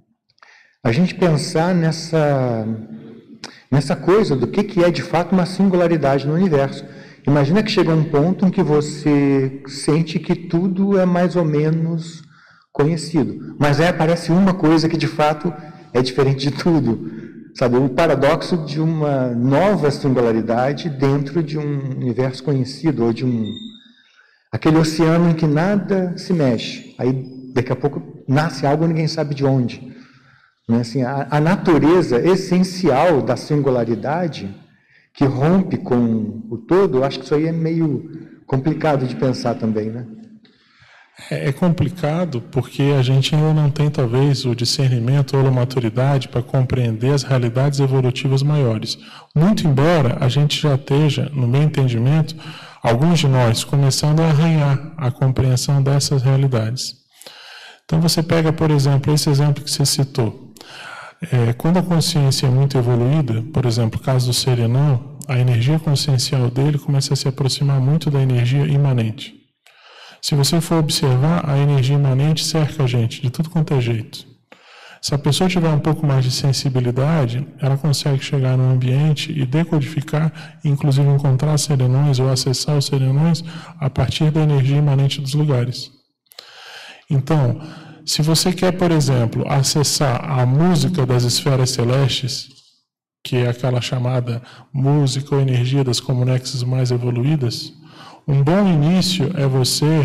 a gente pensar nessa... nessa coisa do que, que é de fato uma singularidade no universo. Imagina que chega um ponto em que você sente que tudo é mais ou menos conhecido, mas aí aparece uma coisa que de fato é diferente de tudo, sabe? O paradoxo de uma nova singularidade dentro de um universo conhecido, ou de um aquele oceano em que nada se mexe. Aí daqui a pouco nasce algo e ninguém sabe de onde. Assim, a, a natureza essencial da singularidade que rompe com o todo, eu acho que isso aí é meio complicado de pensar também, né? É, é complicado porque a gente ainda não tem, talvez, o discernimento ou a maturidade para compreender as realidades evolutivas maiores. Muito embora a gente já esteja, no meu entendimento, alguns de nós começando a arranhar a compreensão dessas realidades. Então você pega, por exemplo, esse exemplo que você citou. É, quando a consciência é muito evoluída, por exemplo, o caso do serenão, a energia consciencial dele começa a se aproximar muito da energia imanente. Se você for observar, a energia imanente cerca a gente de tudo quanto é jeito. Se a pessoa tiver um pouco mais de sensibilidade, ela consegue chegar no ambiente e decodificar, inclusive encontrar serenões ou acessar os serenões a partir da energia imanente dos lugares. Então, se você quer, por exemplo, acessar a música das esferas celestes, que é aquela chamada música ou energia das comunexes mais evoluídas, um bom início é você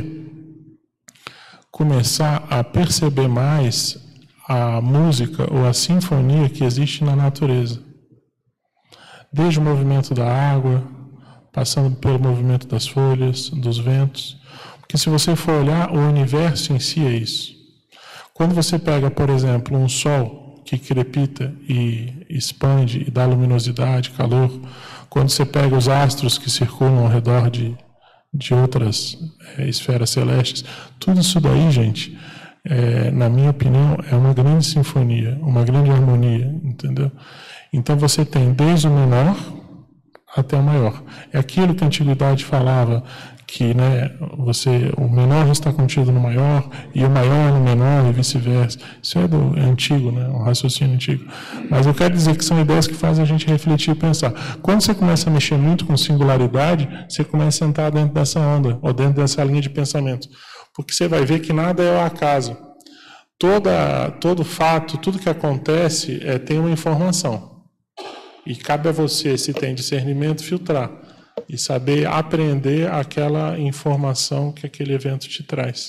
começar a perceber mais a música ou a sinfonia que existe na natureza. Desde o movimento da água, passando pelo movimento das folhas, dos ventos. Porque se você for olhar, o universo em si é isso. Quando você pega, por exemplo, um sol que crepita e expande e dá luminosidade, calor, quando você pega os astros que circulam ao redor de, de outras é, esferas celestes, tudo isso daí, gente, é, na minha opinião, é uma grande sinfonia, uma grande harmonia, entendeu? Então você tem desde o menor até o maior. É aquilo que a antiguidade falava, que, né, você, o menor está contido no maior e o maior no menor e vice-versa. Isso é, do, é antigo, né, um raciocínio antigo. Mas eu quero dizer que são ideias que fazem a gente refletir e pensar. Quando você começa a mexer muito com singularidade, você começa a entrar dentro dessa onda, ou dentro dessa linha de pensamento. Porque você vai ver que nada é o acaso. Toda, todo fato, tudo que acontece é, tem uma informação. E cabe a você, se tem discernimento, filtrar. E saber apreender aquela informação que aquele evento te traz.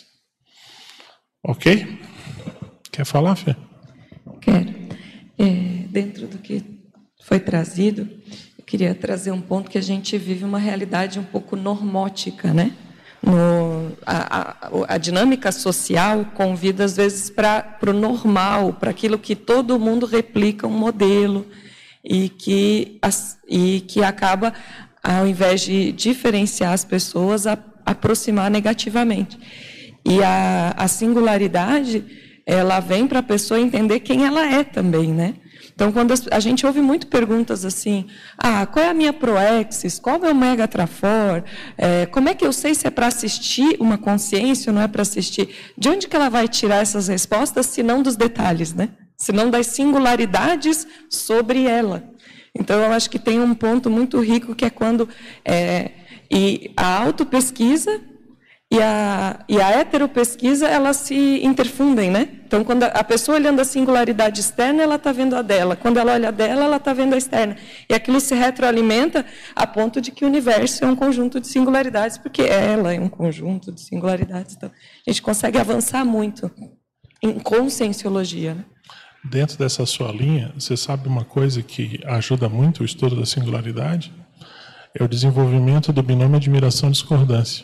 Ok? Quer falar, Fê? Quero. É, dentro do que foi trazido, eu queria trazer um ponto que a gente vive uma realidade um pouco normótica, né? No, a, a, a dinâmica social convida, às vezes, para o normal, para aquilo que todo mundo replica um modelo e que, e que acaba, ao invés de diferenciar as pessoas, a, aproximar negativamente. E a, a singularidade, ela vem para a pessoa entender quem ela é também, né? Então, quando a gente ouve muito perguntas assim, ah, qual é a minha proexis, qual é o mega trafor, é, como é que eu sei se é para assistir uma consciência ou não é para assistir? De onde que ela vai tirar essas respostas, se não dos detalhes, né? Se não das singularidades sobre ela. Então, eu acho que tem um ponto muito rico, que é quando é, e a autopesquisa e a, e a heteropesquisa, elas se interfundem, né? Então, quando a, a pessoa olhando a singularidade externa, ela está vendo a dela. Quando ela olha a dela, ela está vendo a externa. E aquilo se retroalimenta a ponto de que o universo é um conjunto de singularidades, porque ela é um conjunto de singularidades. Então, a gente consegue avançar muito em conscienciologia, né? Dentro dessa sua linha, você sabe uma coisa que ajuda muito o estudo da singularidade? É o desenvolvimento do binômio admiração-discordância.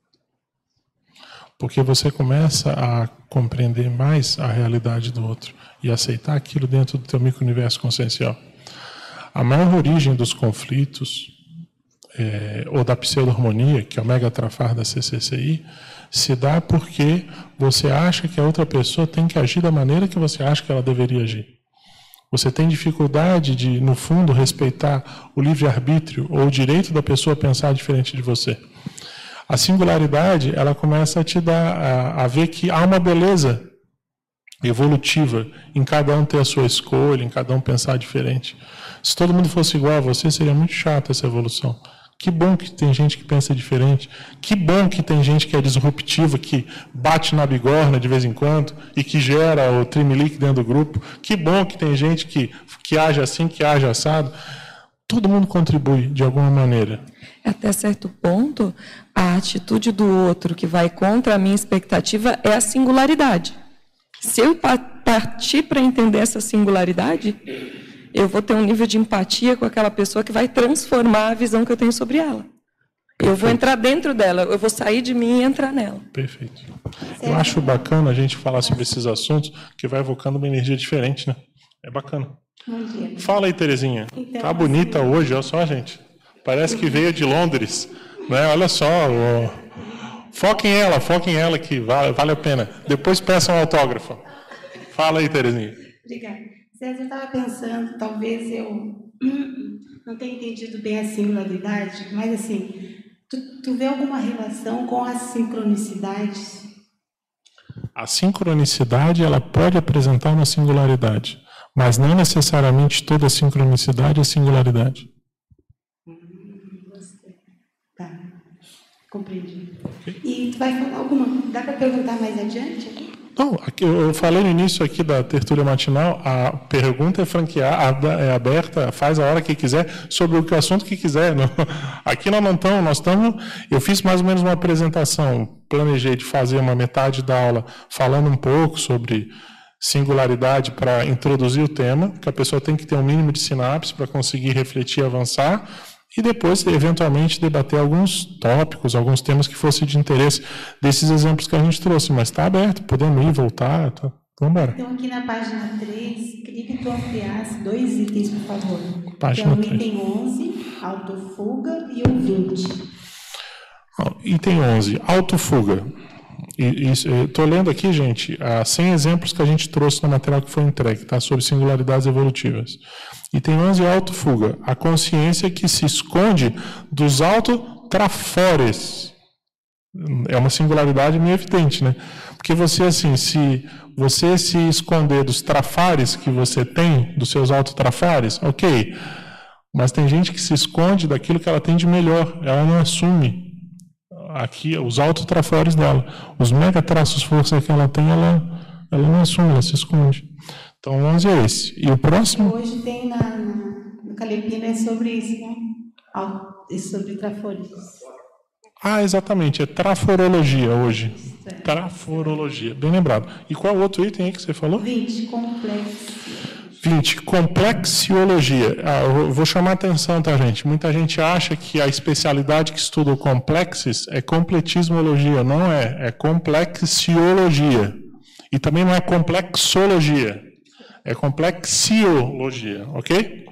Porque você começa a compreender mais a realidade do outro e aceitar aquilo dentro do teu micro-universo consciencial. A maior origem dos conflitos, é, ou da pseudo-harmonia, que é o mega-trafar da C C C I, se dá porque você acha que a outra pessoa tem que agir da maneira que você acha que ela deveria agir. Você tem dificuldade de, no fundo, respeitar o livre-arbítrio ou o direito da pessoa a pensar diferente de você. A singularidade, ela começa a te dar, a, a ver que há uma beleza evolutiva em cada um ter a sua escolha, em cada um pensar diferente. Se todo mundo fosse igual a você, seria muito chato essa evolução. Que bom que tem gente que pensa diferente. Que bom que tem gente que é disruptiva, que bate na bigorna de vez em quando e que gera o trimelique dentro do grupo. Que bom que tem gente que, que age assim, que age assado. Todo mundo contribui de alguma maneira. Até certo ponto, a atitude do outro que vai contra a minha expectativa é a singularidade. Se eu partir para entender essa singularidade, eu vou ter um nível de empatia com aquela pessoa que vai transformar a visão que eu tenho sobre ela. Perfeito. Eu vou entrar dentro dela, eu vou sair de mim e entrar nela. Perfeito. Eu acho bacana a gente falar sobre esses assuntos, que vai evocando uma energia diferente, né? É bacana. Fala aí, Terezinha. Então, tá bonita assim, hoje, olha só, gente. Parece que veio de Londres, né? Olha só. Ó. Foca em ela, foca em ela que vale, vale a pena. Depois peça um autógrafo. Fala aí, Terezinha. Obrigada. César, eu estava pensando, talvez eu não tenha entendido bem a singularidade, mas assim, tu, tu vê alguma relação com as sincronicidades? A sincronicidade, ela pode apresentar uma singularidade, mas não necessariamente toda sincronicidade é singularidade. Tá, compreendi. E tu vai falar alguma... Dá para perguntar mais adiante aqui? Não, aqui, eu falei no início aqui da tertúlia matinal, a pergunta é franqueada, é aberta, faz a hora que quiser, sobre o assunto que quiser. Não, aqui nós não estamos, nós estamos... Eu fiz mais ou menos uma apresentação, planejei de fazer uma metade da aula falando um pouco sobre singularidade para introduzir o tema, que a pessoa tem que ter um mínimo de sinapse para conseguir refletir e avançar, e depois, eventualmente, debater alguns tópicos, alguns temas que fossem de interesse desses exemplos que a gente trouxe. Mas está aberto, podemos ir, voltar, tá? Vamos embora. Então, aqui na página três, queria que tu ampliasse dois itens, por favor. Página que é o item onze, autofuga, e o vinte. Item onze, autofuga. Estou lendo aqui, gente, ah, cem exemplos que a gente trouxe no material que foi entregue, tá? Sobre singularidades evolutivas. Item onze, autofuga. A consciência que se esconde dos autotrafores. É uma singularidade meio evidente, né? Porque você, assim, se você se esconder dos trafares que você tem, dos seus autotrafares, ok. Mas tem gente que se esconde daquilo que ela tem de melhor. Ela não assume aqui os autotrafores dela. Os mega traços força que ela tem, ela, ela não assume, ela se esconde. Então, onze é esse. E o próximo? Hoje tem na, na, no Calepina é sobre isso, né? É sobre trafores. Ah, exatamente. É traforologia hoje. É. Traforologia. Bem lembrado. E qual outro item aí que você falou? vinte, complexo. vinte, complexiologia. Ah, eu vou chamar a atenção, tá, gente? Muita gente acha que a especialidade que estuda o complexes é completismologia. Não é. É complexiologia. E também não é complexologia. É complexiologia, ok?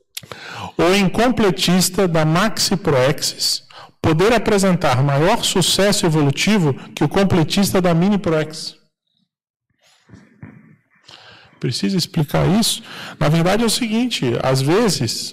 O incompletista da maxi proexis poder apresentar maior sucesso evolutivo que o completista da mini proexis. Precisa explicar isso? Na verdade é o seguinte, às vezes,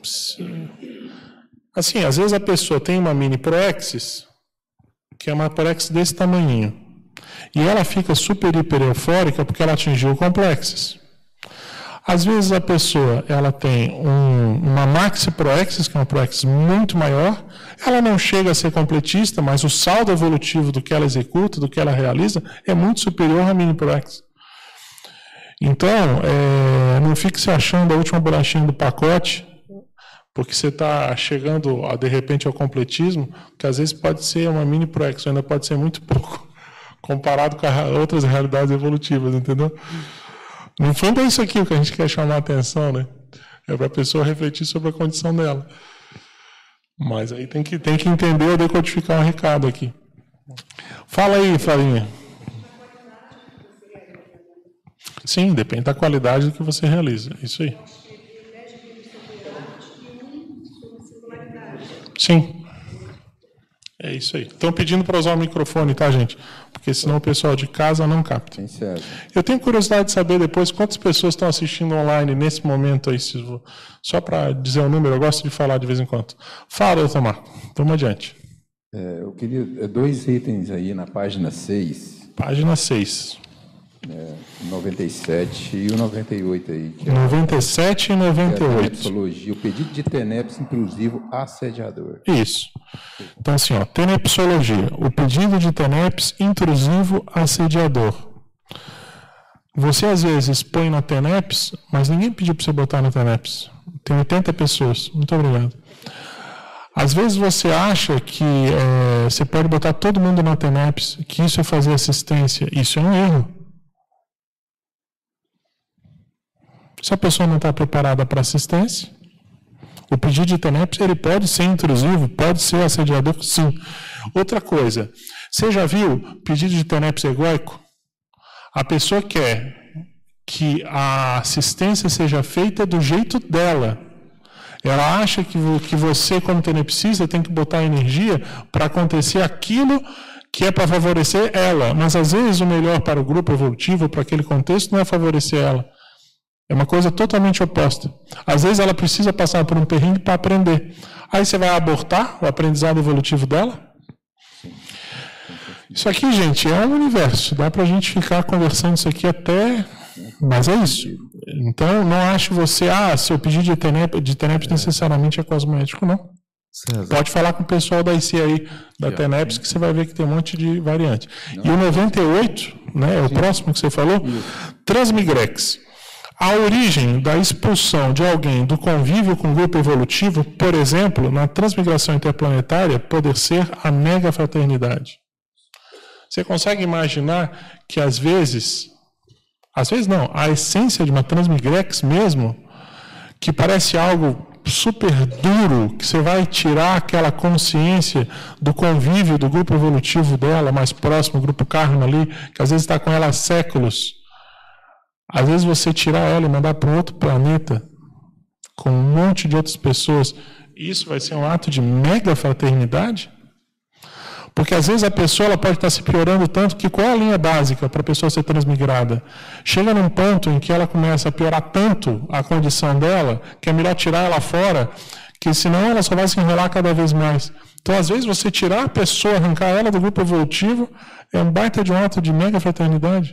assim, às vezes a pessoa tem uma mini proexis, que é uma proexis desse tamanhinho, e ela fica super hiper eufórica porque ela atingiu o complexis. Às vezes a pessoa ela tem um, uma maxi proexis, que é uma proexis muito maior, ela não chega a ser completista, mas o saldo evolutivo do que ela executa, do que ela realiza, é muito superior à mini proexis. Então, é, não fique se achando a última bolachinha do pacote, porque você está chegando, a, de repente, ao completismo, que às vezes pode ser uma mini proexis, ainda pode ser muito pouco, comparado com a, outras realidades evolutivas, entendeu? No fundo é isso aqui que a gente quer chamar a atenção, né? É para a pessoa refletir sobre a condição dela. Mas aí tem que, tem que entender ou decodificar um recado aqui. Fala aí, Flavinha. Sim, depende da qualidade do que você realiza. Isso aí. Sim. É isso aí. Estão pedindo para usar o microfone, tá, gente? Porque senão o pessoal de casa não capta. Eu tenho curiosidade de saber depois quantas pessoas estão assistindo online nesse momento aí. Só para dizer o número, eu gosto de falar de vez em quando. Fala, doutor Marco. Vamos adiante. É, eu queria dois itens aí na página seis. Página seis. É, noventa e sete e o noventa e oito aí. Que é, noventa e sete e noventa e oito. É a tenepsologia, o pedido de TENEPS intrusivo assediador. Isso. Então, assim, ó, tenepsologia, o pedido de TENEPS intrusivo assediador. Você, às vezes, põe na TENEPS, mas ninguém pediu para você botar na TENEPS. Tem oitenta pessoas. Muito obrigado. Às vezes você acha que é, você pode botar todo mundo na TENEPS, que isso é fazer assistência. Isso é um erro. Se a pessoa não está preparada para assistência, o pedido de TENEPS ele pode ser intrusivo, pode ser assediador, sim. Outra coisa, você já viu pedido de TENEPS egóico? A pessoa quer que a assistência seja feita do jeito dela. Ela acha que, que você, como tenepsista, tem que botar energia para acontecer aquilo que é para favorecer ela. Mas, às vezes, o melhor para o grupo evolutivo, para aquele contexto, não é favorecer ela. É uma coisa totalmente oposta. Às vezes ela precisa passar por um perrengue para aprender. Aí você vai abortar o aprendizado evolutivo dela? Isso aqui, gente, é um universo. Dá para a gente ficar conversando isso aqui até... Mas é isso. Então, não acho você... Ah, seu pedido de TENEPS, de TENEPS necessariamente é cosmético, não. César. Pode falar com o pessoal da I C aí, da TENEPS, que você vai ver que tem um monte de variante. Não. E o noventa e oito, né, é o próximo que você falou, Transmigrex. A origem da expulsão de alguém do convívio com o grupo evolutivo, por exemplo, na transmigração interplanetária, pode ser a megafraternidade. Você consegue imaginar que, às vezes, às vezes não, a essência de uma transmigrex mesmo, que parece algo super duro, que você vai tirar aquela consciência do convívio do grupo evolutivo dela, mais próximo, o grupo karma ali, que às vezes está com ela há séculos. Às vezes você tirar ela e mandar para um outro planeta, com um monte de outras pessoas, isso vai ser um ato de mega fraternidade? Porque às vezes a pessoa ela pode estar se piorando tanto que qual é a linha básica para a pessoa ser transmigrada? Chega num ponto em que ela começa a piorar tanto a condição dela, que é melhor tirar ela fora, que senão ela só vai se enrolar cada vez mais. Então, às vezes, você tirar a pessoa, arrancar ela do grupo evolutivo, é um baita de um ato de mega fraternidade.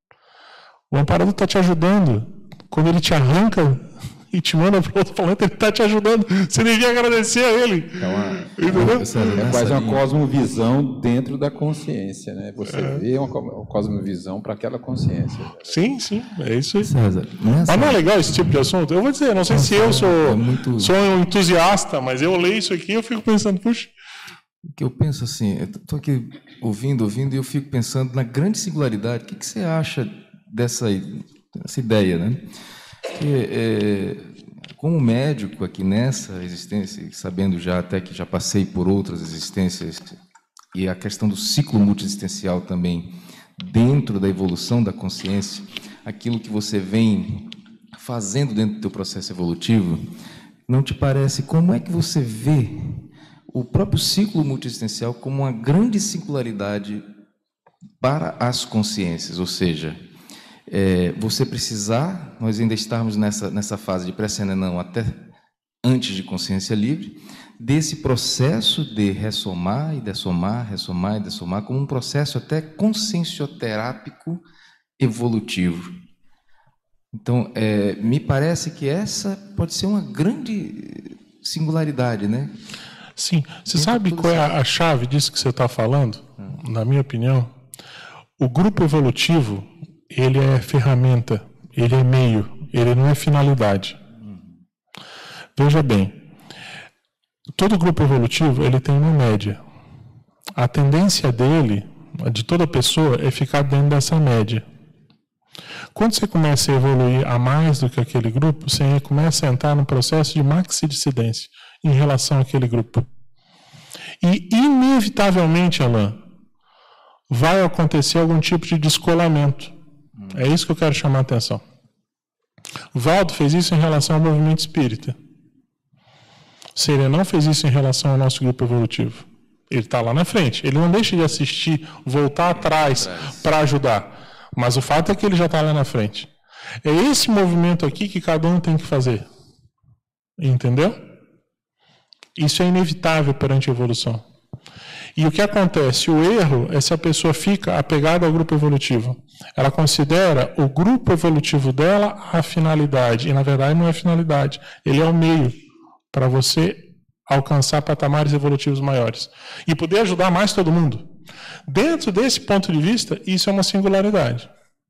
O amparador está te ajudando. Quando ele te arranca e te manda para outro planeta, ele está te ajudando. Você devia agradecer a ele. É, uma, é quase uma cosmovisão dentro da consciência, né? Você é. vê uma cosmovisão para aquela consciência. Sim, sim, é isso aí. César, mas não é legal esse tipo de assunto? Eu vou dizer, não sei se eu sou, é muito... sou um entusiasta, mas eu leio isso aqui e eu fico pensando, puxa. Que eu penso assim, eu estou aqui ouvindo, ouvindo, e eu fico pensando na grande singularidade. O que, que você acha dessa, dessa ideia, né? Que, é, como médico aqui nessa existência, sabendo já até que já passei por outras existências, e a questão do ciclo multiexistencial também, dentro da evolução da consciência, aquilo que você vem fazendo dentro do teu processo evolutivo, não te parece, como é que você vê o próprio ciclo multiexistencial como uma grande singularidade para as consciências, ou seja, é, você precisar, nós ainda estarmos nessa, nessa fase de pré-senenão até antes de consciência livre, desse processo de ressomar e dessomar, ressomar e dessomar, como um processo até consciencioterápico evolutivo. Então, é, me parece que essa pode ser uma grande singularidade, né? Sim. Você sabe qual é a chave disso que você está falando? Hum. Na minha opinião, o grupo evolutivo, ele é ferramenta, ele é meio, ele não é finalidade. Hum. Veja bem, todo grupo evolutivo, ele tem uma média. A tendência dele, de toda pessoa, é ficar dentro dessa média. Quando você começa a evoluir a mais do que aquele grupo, você começa a entrar no processo de maxidissidência em relação àquele grupo. E, inevitavelmente, Alain, vai acontecer algum tipo de descolamento. É isso que eu quero chamar a atenção. O Valdo fez isso em relação ao movimento espírita. Serenão fez isso em relação ao nosso grupo evolutivo. Ele está lá na frente. Ele não deixa de assistir, voltar atrás para ajudar. Mas o fato é que ele já está lá na frente. É esse movimento aqui que cada um tem que fazer. Entendeu? Isso é inevitável perante a evolução. E o que acontece? O erro é se a pessoa fica apegada ao grupo evolutivo. Ela considera o grupo evolutivo dela a finalidade, e na verdade não é finalidade, ele é o meio para você alcançar patamares evolutivos maiores e poder ajudar mais todo mundo. Dentro desse ponto de vista, isso é uma singularidade.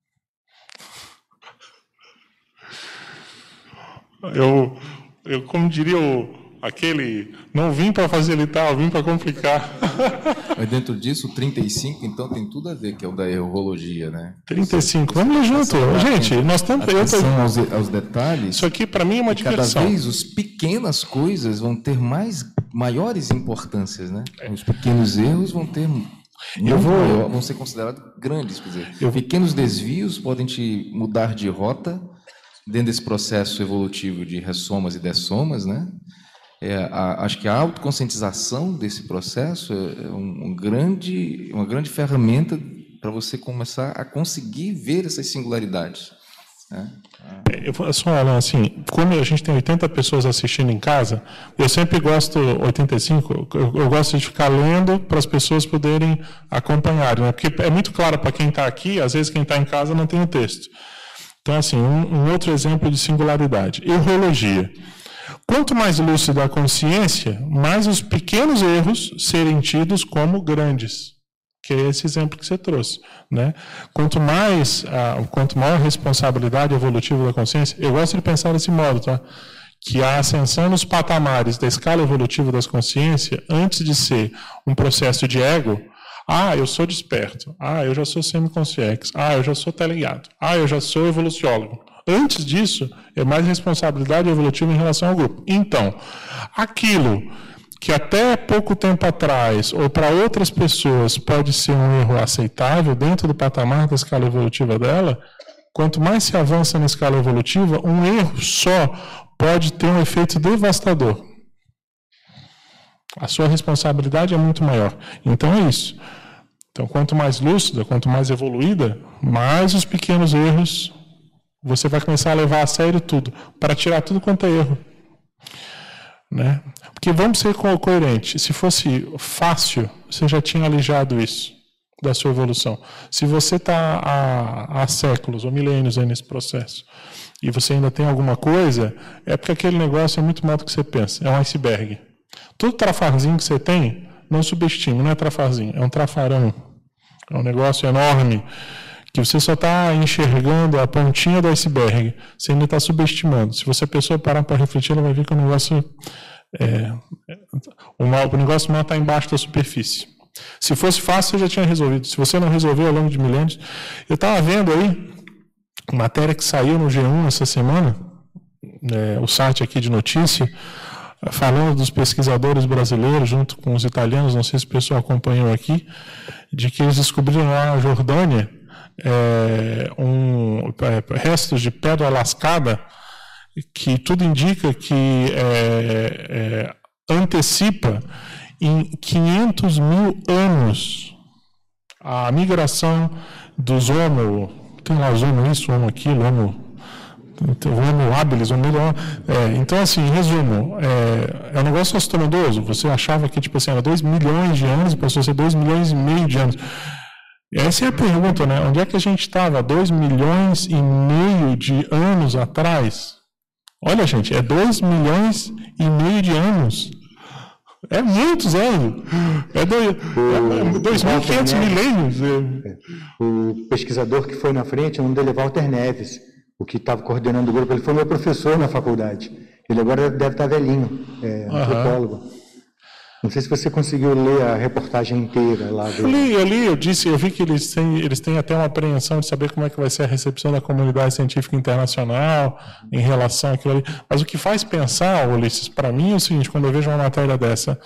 Eu, eu como diria o, aquele, não vim para facilitar, eu vim para complicar. Mas dentro disso, o trinta e cinco, então, tem tudo a ver, que é o da errologia, né? trinta e cinco, vamos lá junto. Gente, nós estamos... Atenção aos, aos detalhes. Isso aqui, para mim, é uma diversão. Cada vez, as pequenas coisas vão ter mais, maiores importâncias, né? Os pequenos erros vão ter... Eu vou, maior, vão ser considerados grandes. Quer dizer, eu, pequenos desvios podem te mudar de rota dentro desse processo evolutivo de ressomas e dessomas, né? É, a, acho que a autoconscientização desse processo é um, um grande, uma grande ferramenta para você começar a conseguir ver essas singularidades. Né? Eu só Alan, assim, como a gente tem oitenta pessoas assistindo em casa, eu sempre gosto, oitenta e cinco, eu, eu gosto de ficar lendo para as pessoas poderem acompanhar, né? Porque é muito claro para quem está aqui, às vezes quem está em casa não tem o texto. Então, assim, um, um outro exemplo de singularidade, errologia. Quanto mais lúcida a consciência, mais os pequenos erros serem tidos como grandes. Que é esse exemplo que você trouxe, né? Quanto mais, ah, quanto maior a responsabilidade evolutiva da consciência, eu gosto de pensar desse modo, tá? Que a ascensão nos patamares da escala evolutiva das consciências, antes de ser um processo de ego, ah, eu sou desperto, ah, eu já sou semiconsciente, ah, eu já sou teleguiado, ah, eu já sou evoluciólogo. Antes disso, é mais responsabilidade evolutiva em relação ao grupo. Então, aquilo que até pouco tempo atrás, ou para outras pessoas, pode ser um erro aceitável dentro do patamar da escala evolutiva dela, quanto mais se avança na escala evolutiva, um erro só pode ter um efeito devastador. A sua responsabilidade é muito maior. Então é isso. Então, quanto mais lúcida, quanto mais evoluída, mais os pequenos erros, você vai começar a levar a sério tudo, para tirar tudo quanto é erro. Né? Porque vamos ser co coerentes. Se fosse fácil, você já tinha alijado isso da sua evolução. Se você está há, há séculos ou milênios aí nesse processo e você ainda tem alguma coisa, é porque aquele negócio é muito maior do que você pensa. É um iceberg. Todo trafarzinho que você tem, não subestime, não é trafarzinho, é um trafarão. É um negócio enorme que você só está enxergando a pontinha do iceberg, você ainda está subestimando. Se você a pessoa parar para refletir, ela vai ver que o negócio é, o, mal, o negócio mal está embaixo da superfície. Se fosse fácil, você já tinha resolvido. Se você não resolveu ao longo de milênios, eu estava vendo aí matéria que saiu no G um essa semana, é, o site aqui de notícia, falando dos pesquisadores brasileiros junto com os italianos, não sei se o pessoal acompanhou aqui, de que eles descobriram lá na Jordânia É, um, é, restos de pedra lascada que tudo indica que é, é, antecipa em quinhentos mil anos a migração dos homo, tem lá os homo isso, homo aquilo, homo, homo habilis, homo, é, então assim, em resumo, é, é um negócio astronomoso. Você achava que tipo assim, era dois milhões de anos, passou a ser dois milhões e meio de anos. Essa é a pergunta, né? Onde é que a gente estava dois milhões e meio de anos atrás? Olha, gente, é dois milhões e meio de anos. É muitos anos. É dois mil e quinhentos milênios. O pesquisador que foi na frente, o nome dele é Walter Neves, o que estava coordenando o grupo. Ele foi meu professor na faculdade. Ele agora deve estar velhinho, é antropólogo. Não sei se você conseguiu ler a reportagem inteira lá. Do... Eu li, eu li, eu disse, eu vi que eles têm, eles têm até uma apreensão de saber como é que vai ser a recepção da comunidade científica internacional em relação àquilo ali. Mas o que faz pensar, Ulisses, para mim é o seguinte, quando eu vejo uma matéria dessa,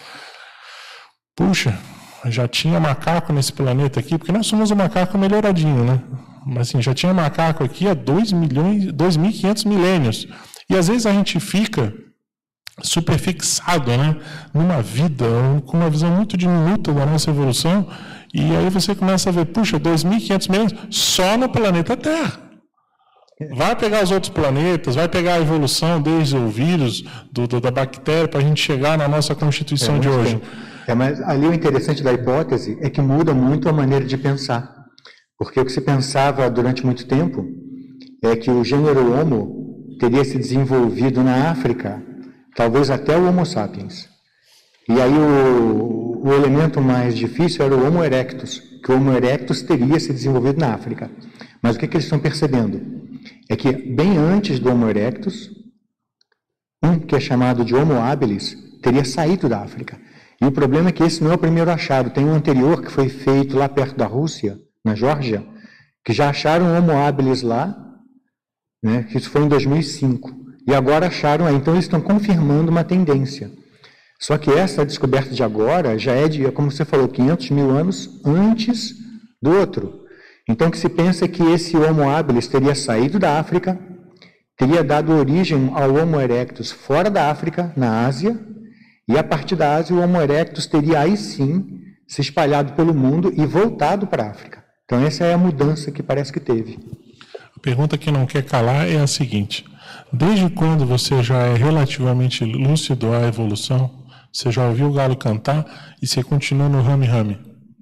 puxa, já tinha macaco nesse planeta aqui, porque nós somos um macaco melhoradinho, né? Mas assim, já tinha macaco aqui há dois milhões, dois mil e quinhentos milênios. E às vezes a gente fica super fixado, né, numa vida, com uma visão muito diminuta da nossa evolução, e aí você começa a ver, puxa, dois mil e quinhentos milênios só no planeta Terra. Vai pegar os outros planetas, vai pegar a evolução desde o vírus, do, do, da bactéria, para a gente chegar na nossa constituição é, de hoje. Tempo. É, mas ali o interessante da hipótese é que muda muito a maneira de pensar. Porque o que se pensava durante muito tempo é que o gênero Homo teria se desenvolvido na África, talvez até o Homo sapiens. E aí o, o elemento mais difícil era o Homo erectus, que o Homo erectus teria se desenvolvido na África. Mas o que, que eles estão percebendo? É que bem antes do Homo erectus, um que é chamado de Homo habilis, teria saído da África. E o problema é que esse não é o primeiro achado. Tem um anterior que foi feito lá perto da Rússia, na Geórgia, que já acharam Homo habilis lá, né, que isso foi em dois mil e cinco. E agora acharam aí. Então eles estão confirmando uma tendência. Só que essa descoberta de agora já é de, como você falou, quinhentos mil anos antes do outro. Então o que se pensa é que esse Homo habilis teria saído da África, teria dado origem ao Homo erectus fora da África, na Ásia, e a partir da Ásia o Homo erectus teria aí sim se espalhado pelo mundo e voltado para a África. Então essa é a mudança que parece que teve. A pergunta que não quer calar é a seguinte: desde quando você já é relativamente lúcido à evolução? Você já ouviu o galo cantar e você continua no rame-rame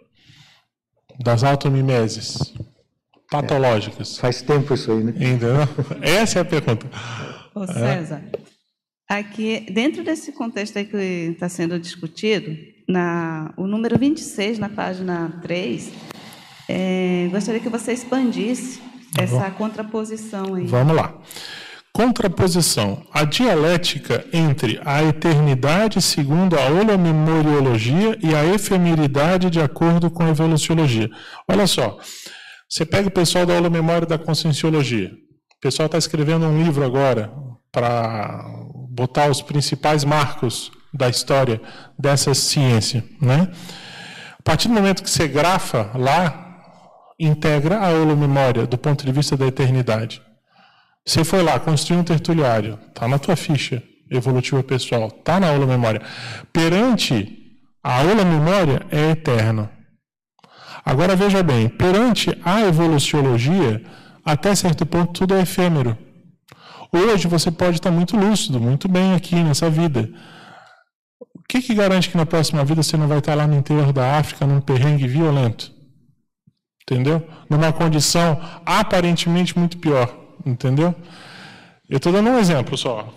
das automimeses patológicas? É, faz tempo isso aí, né? Entendeu? Essa é a pergunta. Ô César, é. aqui, dentro desse contexto aí que está sendo discutido, na, o número vinte e seis, na página três, é, gostaria que você expandisse essa Vamos. contraposição aí. Vamos lá. Contraposição. A dialética entre a eternidade segundo a holomemoriologia e a efemeridade de acordo com a evoluciologia. Olha só, você pega o pessoal da holomemória e da conscienciologia. O pessoal está escrevendo um livro agora para botar os principais marcos da história dessa ciência, né? A partir do momento que você grafa lá, integra a holomemória do ponto de vista da eternidade. Você foi lá, construiu um tertuliário, está na tua ficha evolutiva pessoal, está na holomemória. Perante a holomemória é eterno. Agora veja bem, perante a evoluciologia, até certo ponto tudo é efêmero. Hoje você pode estar muito lúcido, muito bem aqui nessa vida. O que, que garante que na próxima vida você não vai estar lá no interior da África, num perrengue violento? Entendeu? Numa condição aparentemente muito pior. Entendeu? Eu estou dando um exemplo só.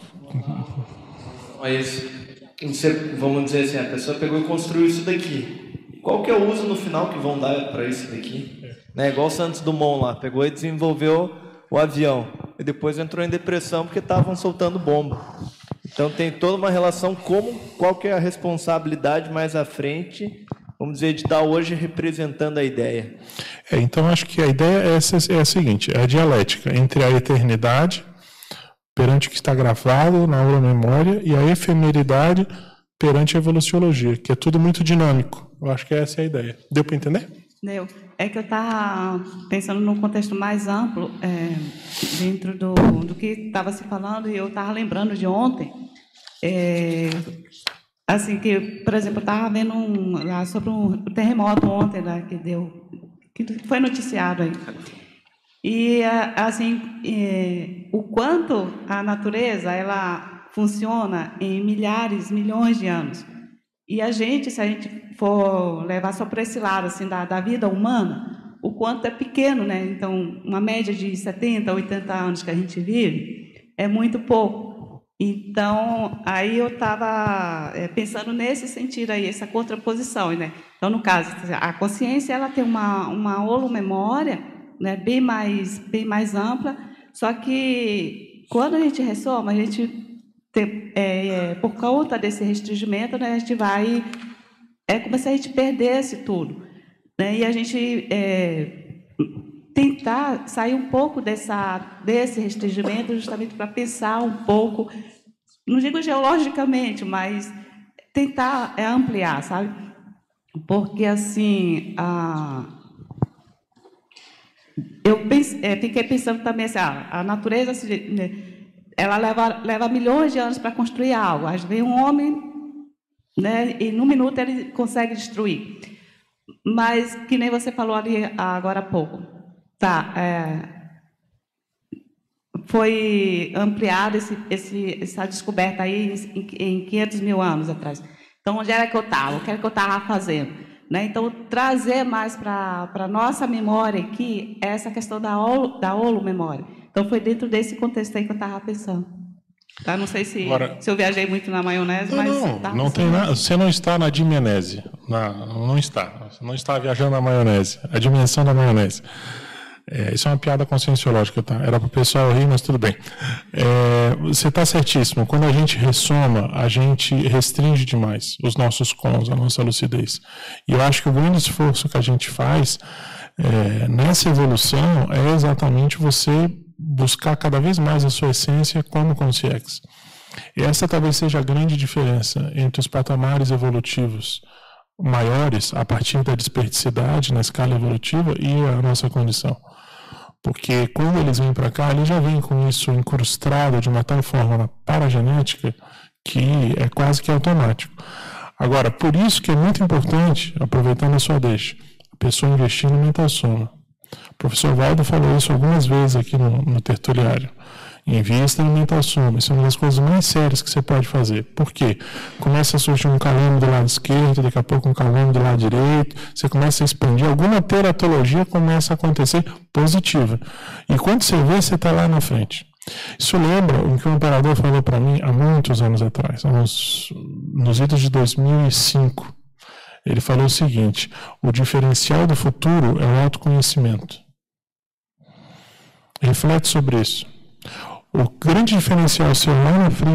Mas, vamos dizer assim, a pessoa pegou e construiu isso daqui. Qual que é o uso no final que vão dar para isso daqui? É. Né? Igual o Santos Dumont lá, pegou e desenvolveu o avião. E depois entrou em depressão porque estavam soltando bomba. Então tem toda uma relação, como, qual que é a responsabilidade mais à frente, vamos dizer, de estar hoje representando a ideia. É, então, acho que a ideia é, essa, é a seguinte, é a dialética entre a eternidade, perante o que está gravado na holomemória, e a efemeridade perante a evoluciologia, que é tudo muito dinâmico. Eu acho que essa é a ideia. Deu para entender? Deu. É que eu estava pensando num contexto mais amplo, é, dentro do, do que estava se falando, e eu estava lembrando de ontem, é, assim, que, por exemplo, eu estava vendo um, lá sobre um terremoto ontem, lá, que deu, que foi noticiado aí. E, assim, é, o quanto a natureza, ela funciona em milhares, milhões de anos. E a gente, se a gente for levar só para esse lado, assim, da, da vida humana, o quanto é pequeno, né? Então, uma média de setenta, oitenta anos que a gente vive é muito pouco. Então, aí eu estava é, pensando nesse sentido aí, essa contraposição, né? Então, no caso, a consciência, ela tem uma, uma holomemória, né, bem mais, bem mais ampla, só que quando a gente ressoma, a gente tem, é, é, por conta desse restringimento, né, a gente vai, é como se a gente perdesse tudo, né? E a gente é, tentar sair um pouco dessa, desse restringimento justamente para pensar um pouco, não digo geologicamente, mas tentar é, ampliar, sabe? Porque, assim, a, eu pense, é, fiquei pensando também assim, ah, a natureza, ela leva, leva milhões de anos para construir algo. Às vezes vem um homem, né, e num minuto ele consegue destruir. Mas, que nem você falou ali agora há pouco, tá, é, foi ampliada esse, esse, essa descoberta aí em, em quinhentos mil anos atrás. Então, onde era que eu estava? O que era que eu estava fazendo? Né? Então, trazer mais para a nossa memória aqui essa questão da, olo, da holomemória. Então, foi dentro desse contexto aí que eu estava pensando. Tá? Não sei se, Agora, se eu viajei muito na maionese, não, mas... Não, não tem nada, você não está na dimenese. Na, não está. Você não está viajando na maionese. A dimensão da maionese. É, isso é uma piada conscienciológica, tá? Era para o pessoal rir, mas tudo bem. É, você está certíssimo. Quando a gente ressoma, a gente restringe demais os nossos cons, a nossa lucidez. E eu acho que o grande esforço que a gente faz é, nessa evolução é exatamente você buscar cada vez mais a sua essência como consciex. E essa talvez seja a grande diferença entre os patamares evolutivos maiores, a partir da desperdicidade na escala evolutiva, e a nossa condição. Porque quando eles vêm para cá, eles já vêm com isso incrustado de uma tal forma na paragenética que é quase que automático. Agora, por isso que é muito importante, aproveitando a sua deixa, a pessoa investir no mental soma. O professor Valdo falou isso algumas vezes aqui no, no tertuliário. Invista no mental soma. Isso é uma das coisas mais sérias que você pode fazer. Por quê? Começa a surgir um calômetro do lado esquerdo, daqui a pouco um calômetro do lado direito, você começa a expandir, alguma teratologia começa a acontecer positiva. E quando você vê, você está lá na frente. Isso lembra o que o imperador falou para mim há muitos anos atrás, nos, nos idos de dois mil e cinco. Ele falou o seguinte: o diferencial do futuro é o autoconhecimento. Reflete sobre isso. O grande diferencial seu lá na frente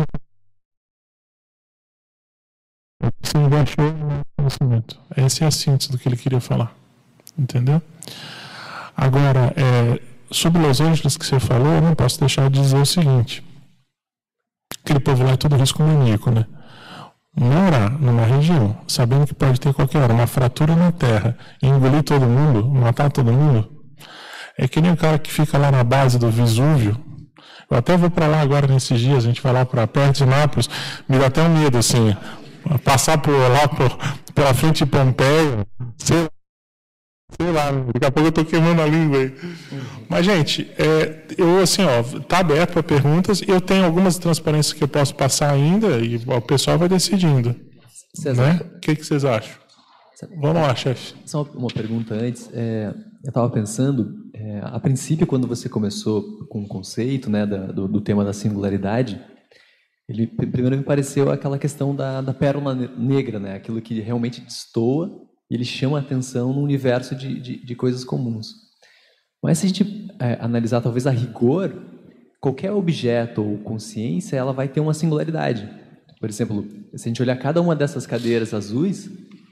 é que você investiu no conhecimento. Essa é a síntese do que ele queria falar. Entendeu? Agora, é, sobre Los Angeles que você falou, eu não posso deixar de dizer o seguinte. Aquele povo lá é tudo risco maníaco, né? Morar numa região, sabendo que pode ter qualquer hora uma fratura na terra e engolir todo mundo, matar todo mundo, é que nem o cara que fica lá na base do Vesúvio. Eu até vou para lá agora nesses dias, a gente vai lá para perto de Nápoles, me dá até um medo, assim, passar por lá por, pela frente de Pompeia, sei lá, sei lá, daqui a pouco eu estou queimando a língua aí. Mas, gente, é, eu, assim, ó, tá aberto para perguntas, eu tenho algumas transparências que eu posso passar ainda, e o pessoal vai decidindo. Né? O que, que vocês acham? Vamos lá, chefe. Só uma pergunta antes. É, eu estava pensando, é, a princípio, quando você começou com o conceito, né, da, do, do tema da singularidade, ele primeiro me pareceu aquela questão da, da pérola negra, né, aquilo que realmente destoa e ele chama a atenção no universo de, de, de coisas comuns. Mas se a gente é, analisar talvez a rigor, qualquer objeto ou consciência, ela vai ter uma singularidade. Por exemplo, se a gente olhar cada uma dessas cadeiras azuis,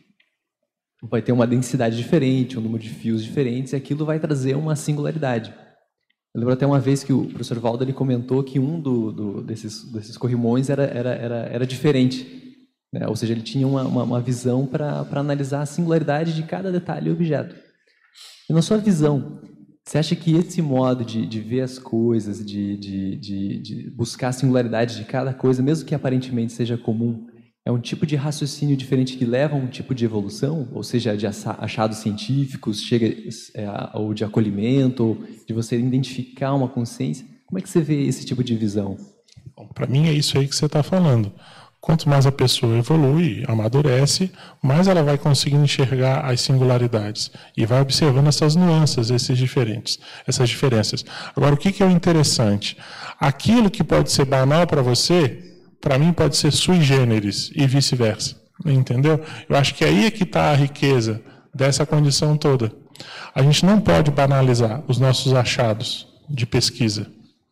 vai ter uma densidade diferente, um número de fios diferentes, e aquilo vai trazer uma singularidade. Eu lembro até uma vez que o professor Valdo ele comentou que um do, do, desses, desses corrimões era, era, era, era diferente, né? Ou seja, ele tinha uma, uma, uma visão para analisar a singularidade de cada detalhe e objeto. E na sua visão, você acha que esse modo de, de ver as coisas, de, de, de, de buscar a singularidade de cada coisa, mesmo que aparentemente seja comum, é um tipo de raciocínio diferente que leva a um tipo de evolução, ou seja, de achados científicos, chega, é, ou de acolhimento, ou de você identificar uma consciência? Como é que você vê esse tipo de visão? Para mim é isso aí que você está falando. Quanto mais a pessoa evolui, amadurece, mais ela vai conseguindo enxergar as singularidades e vai observando essas nuances, esses diferentes, essas diferenças. Agora, o que é o interessante? Aquilo que pode ser banal para você, para mim pode ser sui generis e vice-versa, entendeu? Eu acho que aí é que está a riqueza dessa condição toda. A gente não pode banalizar os nossos achados de pesquisa.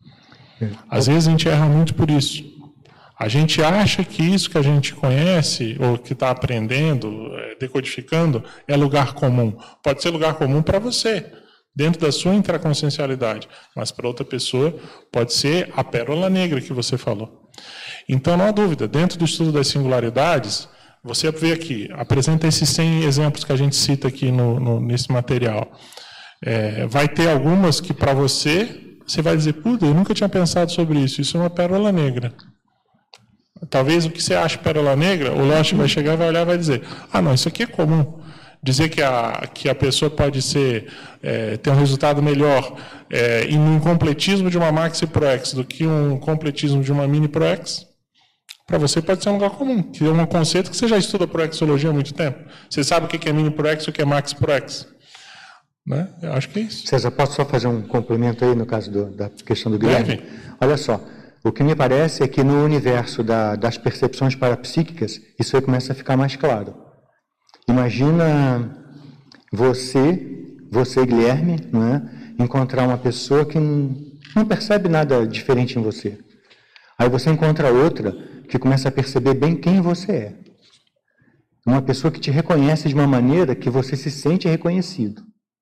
Às vezes a gente erra muito por isso. A gente acha que isso que a gente conhece, ou que está aprendendo, decodificando, é lugar comum. Pode ser lugar comum para você, dentro da sua intraconsciencialidade, mas para outra pessoa pode ser a pérola negra que você falou. Então, não há dúvida, dentro do estudo das singularidades, você vê aqui, apresenta esses cem exemplos que a gente cita aqui no, no, nesse material. É, vai ter algumas que, para você, você vai dizer, puta, eu nunca tinha pensado sobre isso, isso é uma pérola negra. Talvez o que você acha pérola negra, o Loche vai chegar, vai olhar e vai dizer, ah, não, isso aqui é comum. Dizer que a, que a pessoa pode ser, é, ter um resultado melhor é, em um completismo de uma Maxi Pro X do que um completismo de uma Mini Pro X, Para você pode ser um lugar comum, que é um conceito que você já estuda proexologia há muito tempo. Você sabe o que é mini proex e o que é max proex. Né? Eu acho que é isso. César, posso só fazer um complemento aí no caso do, da questão do Guilherme? Deve. Olha só, o que me parece é que no universo da, das percepções parapsíquicas, isso aí começa a ficar mais claro. Imagina você, você Guilherme, não é? Encontrar uma pessoa que não, não percebe nada diferente em você. Aí você encontra outra que começa a perceber bem quem você é. Uma pessoa que te reconhece de uma maneira que você se sente reconhecido.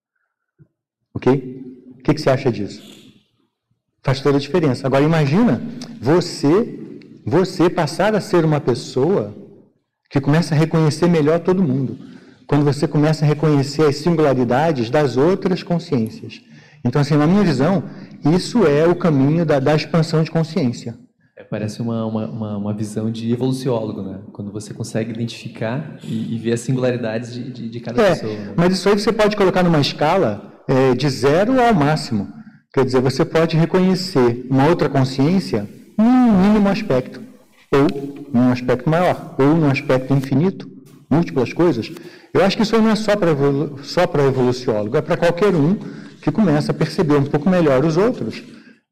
Ok? O que, que você acha disso? Faz toda a diferença. Agora imagina você, você passar a ser uma pessoa que começa a reconhecer melhor todo mundo. Quando você começa a reconhecer as singularidades das outras consciências. Então, assim, na minha visão, isso é o caminho da, da expansão de consciência. É, parece uma, uma, uma, uma visão de evoluciólogo, né? Quando você consegue identificar e, e ver as singularidades de, de, de cada é, pessoa. Né? Mas isso aí você pode colocar numa escala é, de zero ao máximo. Quer dizer, você pode reconhecer uma outra consciência num mínimo aspecto, ou num aspecto maior, ou num aspecto infinito, múltiplas coisas. Eu acho que isso aí não é só para evolu só para evoluciólogo, é para qualquer um que começa a perceber um pouco melhor os outros.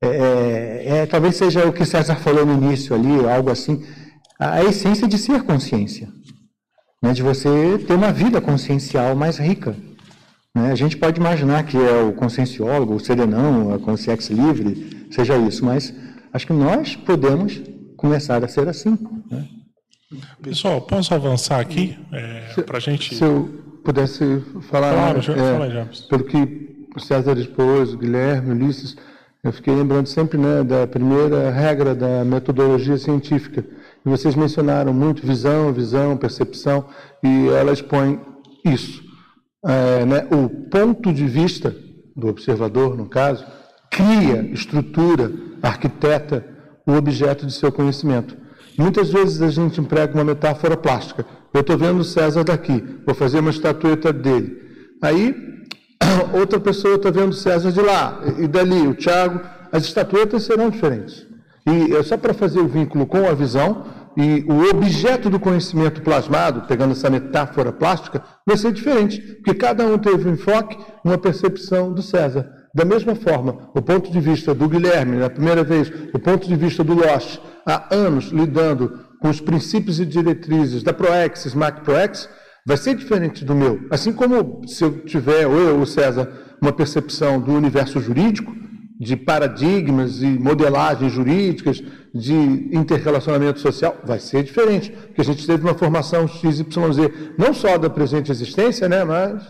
É, é, talvez seja o que César falou no início ali, algo assim, a, a essência de ser consciência, né, de você ter uma vida consciencial mais rica. Né? A gente pode imaginar que é o conscienciólogo, o serenão, a consciência livre, seja isso, mas acho que nós podemos começar a ser assim. Né? Pessoal, posso avançar aqui é, para a gente... Se eu pudesse falar... Claro, já, é, fala, já. Pelo que o César expôs, o Guilherme, Ulisses, eu fiquei lembrando sempre, né, da primeira regra da metodologia científica. E vocês mencionaram muito visão, visão, percepção, e ela expõe isso. É, né, o ponto de vista do observador, no caso, cria, estrutura, arquiteta o objeto de seu conhecimento. Muitas vezes a gente emprega uma metáfora plástica. Eu estou vendo o César daqui, vou fazer uma estatueta dele. Aí, outra pessoa está vendo o César de lá, e dali, o Tiago. As estatuetas serão diferentes. E é só para fazer o vínculo com a visão, e o objeto do conhecimento plasmado, pegando essa metáfora plástica, vai ser diferente, porque cada um teve um enfoque, uma percepção do César. Da mesma forma, o ponto de vista do Guilherme, na primeira vez, o ponto de vista do Lost, há anos lidando com os princípios e diretrizes da ProEx, SMAC ProEx, vai ser diferente do meu. Assim como se eu tiver, ou eu, ou César, uma percepção do universo jurídico, de paradigmas e modelagens jurídicas, de interrelacionamento social, vai ser diferente, porque a gente teve uma formação X Y Z, não só da presente existência, né, mas...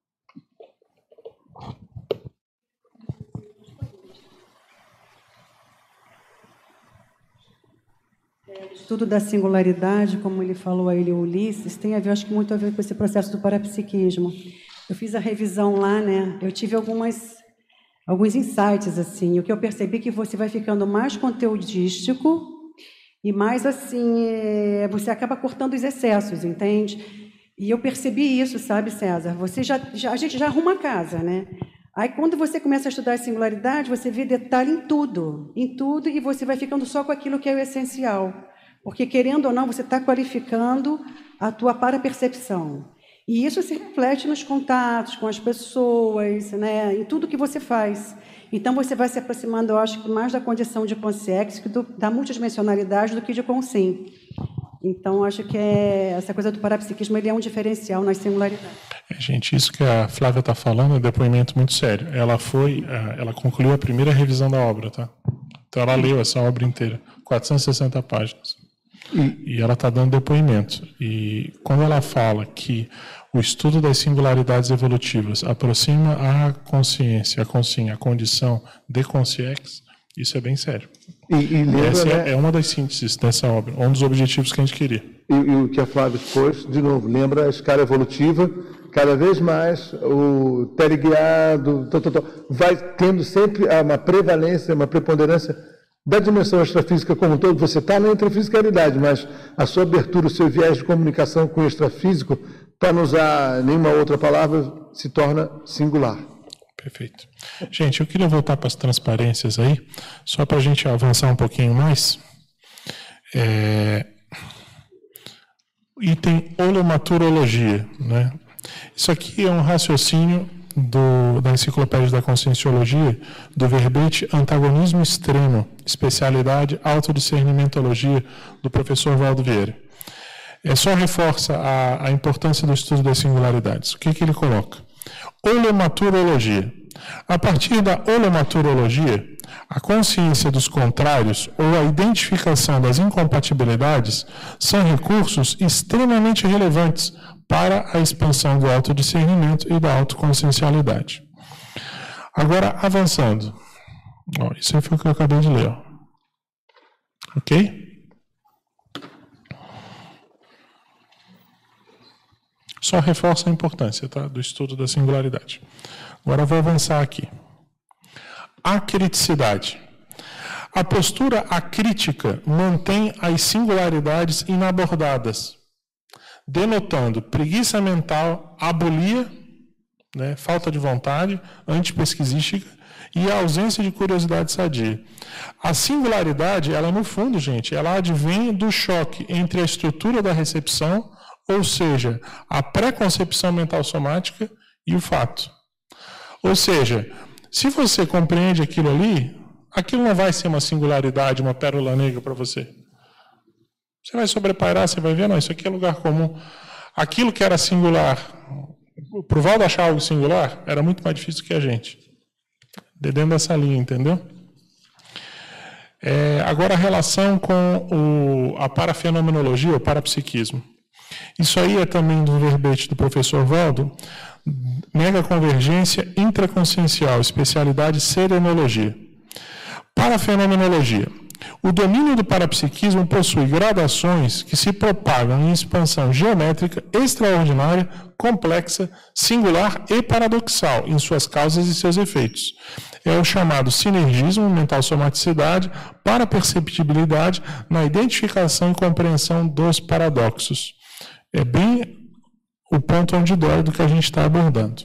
O estudo da singularidade, como ele falou a ele, o Ulisses, tem a ver, acho que muito a ver com esse processo do parapsiquismo. Eu fiz a revisão lá, né? Eu tive algumas, alguns insights, assim. O que eu percebi é que você vai ficando mais conteudístico e mais, assim, é, você acaba cortando os excessos, entende? E eu percebi isso, sabe, César? Você já, já, a gente já arruma a casa, né? Aí, quando você começa a estudar a singularidade, você vê detalhe em tudo, em tudo, e você vai ficando só com aquilo que é o essencial. Porque, querendo ou não, você está qualificando a tua parapercepção. E isso se reflete nos contatos com as pessoas, né, em tudo que você faz. Então, você vai se aproximando, eu acho, mais da condição de consciência, da multidimensionalidade, do que de consim. Então, acho que é, essa coisa do parapsiquismo ele é um diferencial nas singularidades. É, gente, isso que a Flávia está falando é um depoimento muito sério. Ela foi, ela concluiu a primeira revisão da obra, tá? Então, ela leu essa obra inteira, quatrocentas e sessenta páginas. E, e ela está dando depoimento. E quando ela fala que o estudo das singularidades evolutivas aproxima a consciência, a consciência, a condição de consciência, isso é bem sério. E, e lembra, essa né, é uma das sínteses dessa obra, um dos objetivos que a gente queria. E, e o que a Flávia expôs, de novo, lembra a escala evolutiva, cada vez mais o teleguiado tó, tó, tó, vai tendo sempre uma prevalência, uma preponderância da dimensão extrafísica como um todo. Você está na intrafisicalidade, mas a sua abertura, o seu viés de comunicação com o extrafísico, para não usar nenhuma outra palavra, se torna singular. Perfeito. Gente, eu queria voltar para as transparências aí, só para a gente avançar um pouquinho mais. É, item holomaturologia, né? Isso aqui é um raciocínio do, da Enciclopédia da Conscienciologia, do verbete Antagonismo Extremo, especialidade Autodiscernimentologia, do professor Valdo Vieira. É só reforça a, a importância do estudo das singularidades. O que, que ele coloca? Holomaturologia. A partir da holomaturologia, a consciência dos contrários ou a identificação das incompatibilidades são recursos extremamente relevantes para a expansão do autodiscernimento e da autoconsciencialidade. Agora, avançando. Ó, isso aí foi o que eu acabei de ler. Ó. Ok? Só reforça a importância, tá, do estudo da singularidade. Agora eu vou avançar aqui. Acriticidade. A postura acrítica mantém as singularidades inabordadas, denotando preguiça mental, abulia, né, falta de vontade, antipesquisística e a ausência de curiosidade sadia. A singularidade, ela no fundo, gente, ela advém do choque entre a estrutura da recepção, ou seja, a pré-concepção mental somática e o fato. Ou seja, se você compreende aquilo ali, aquilo não vai ser uma singularidade, uma pérola negra para você. Você vai sobrepairar, você vai ver, não, isso aqui é lugar comum. Aquilo que era singular, para o Valdo achar algo singular, era muito mais difícil que a gente. Dentro dessa linha, entendeu? É, agora, a relação com o, a parafenomenologia, o parapsiquismo. Isso aí é também do verbete do professor Valdo, mega convergência intraconsciencial, especialidade serenologia. Parafenomenologia. O domínio do parapsiquismo possui gradações que se propagam em expansão geométrica extraordinária, complexa, singular e paradoxal em suas causas e seus efeitos. É o chamado sinergismo, mental somaticidade, paraperceptibilidade na identificação e compreensão dos paradoxos. É bem o ponto onde dói do que a gente está abordando.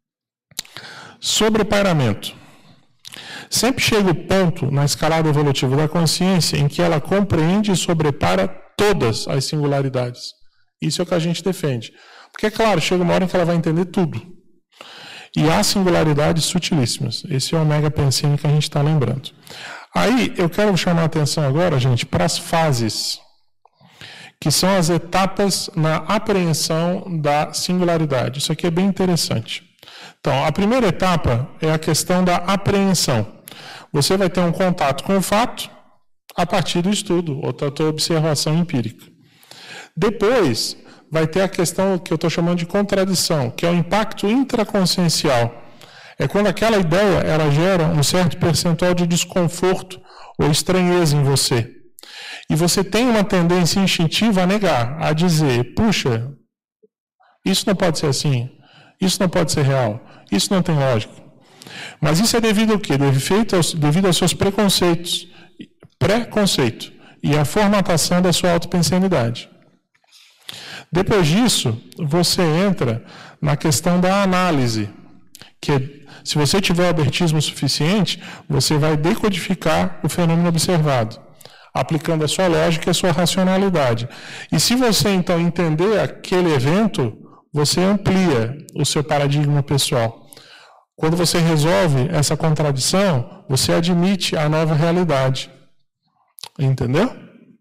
Sobrepairamento. Sempre chega o ponto na escalada evolutiva da consciência em que ela compreende e sobrepara todas as singularidades. Isso é o que a gente defende. Porque, é claro, chega uma hora em que ela vai entender tudo. E há singularidades sutilíssimas. Esse é o mega pensene que a gente está lembrando. Aí, eu quero chamar a atenção agora, gente, para as fases, que são as etapas na apreensão da singularidade. Isso aqui é bem interessante. Então, a primeira etapa é a questão da apreensão. Você vai ter um contato com o fato a partir do estudo, ou da tua observação empírica. Depois, vai ter a questão que eu estou chamando de contradição, que é o impacto intraconsciencial. É quando aquela ideia ela gera um certo percentual de desconforto ou estranheza em você. E você tem uma tendência instintiva a negar, a dizer, puxa, isso não pode ser assim, isso não pode ser real, isso não tem lógica. Mas isso é devido ao quê? Devido aos, devido aos seus preconceitos, pré-conceito, e a formatação da sua autopensanidade. Depois disso, você entra na questão da análise, que se você tiver o abertismo suficiente, você vai decodificar o fenômeno observado, aplicando a sua lógica e a sua racionalidade. E se você, então, entender aquele evento, você amplia o seu paradigma pessoal. Quando você resolve essa contradição, você admite a nova realidade. Entendeu?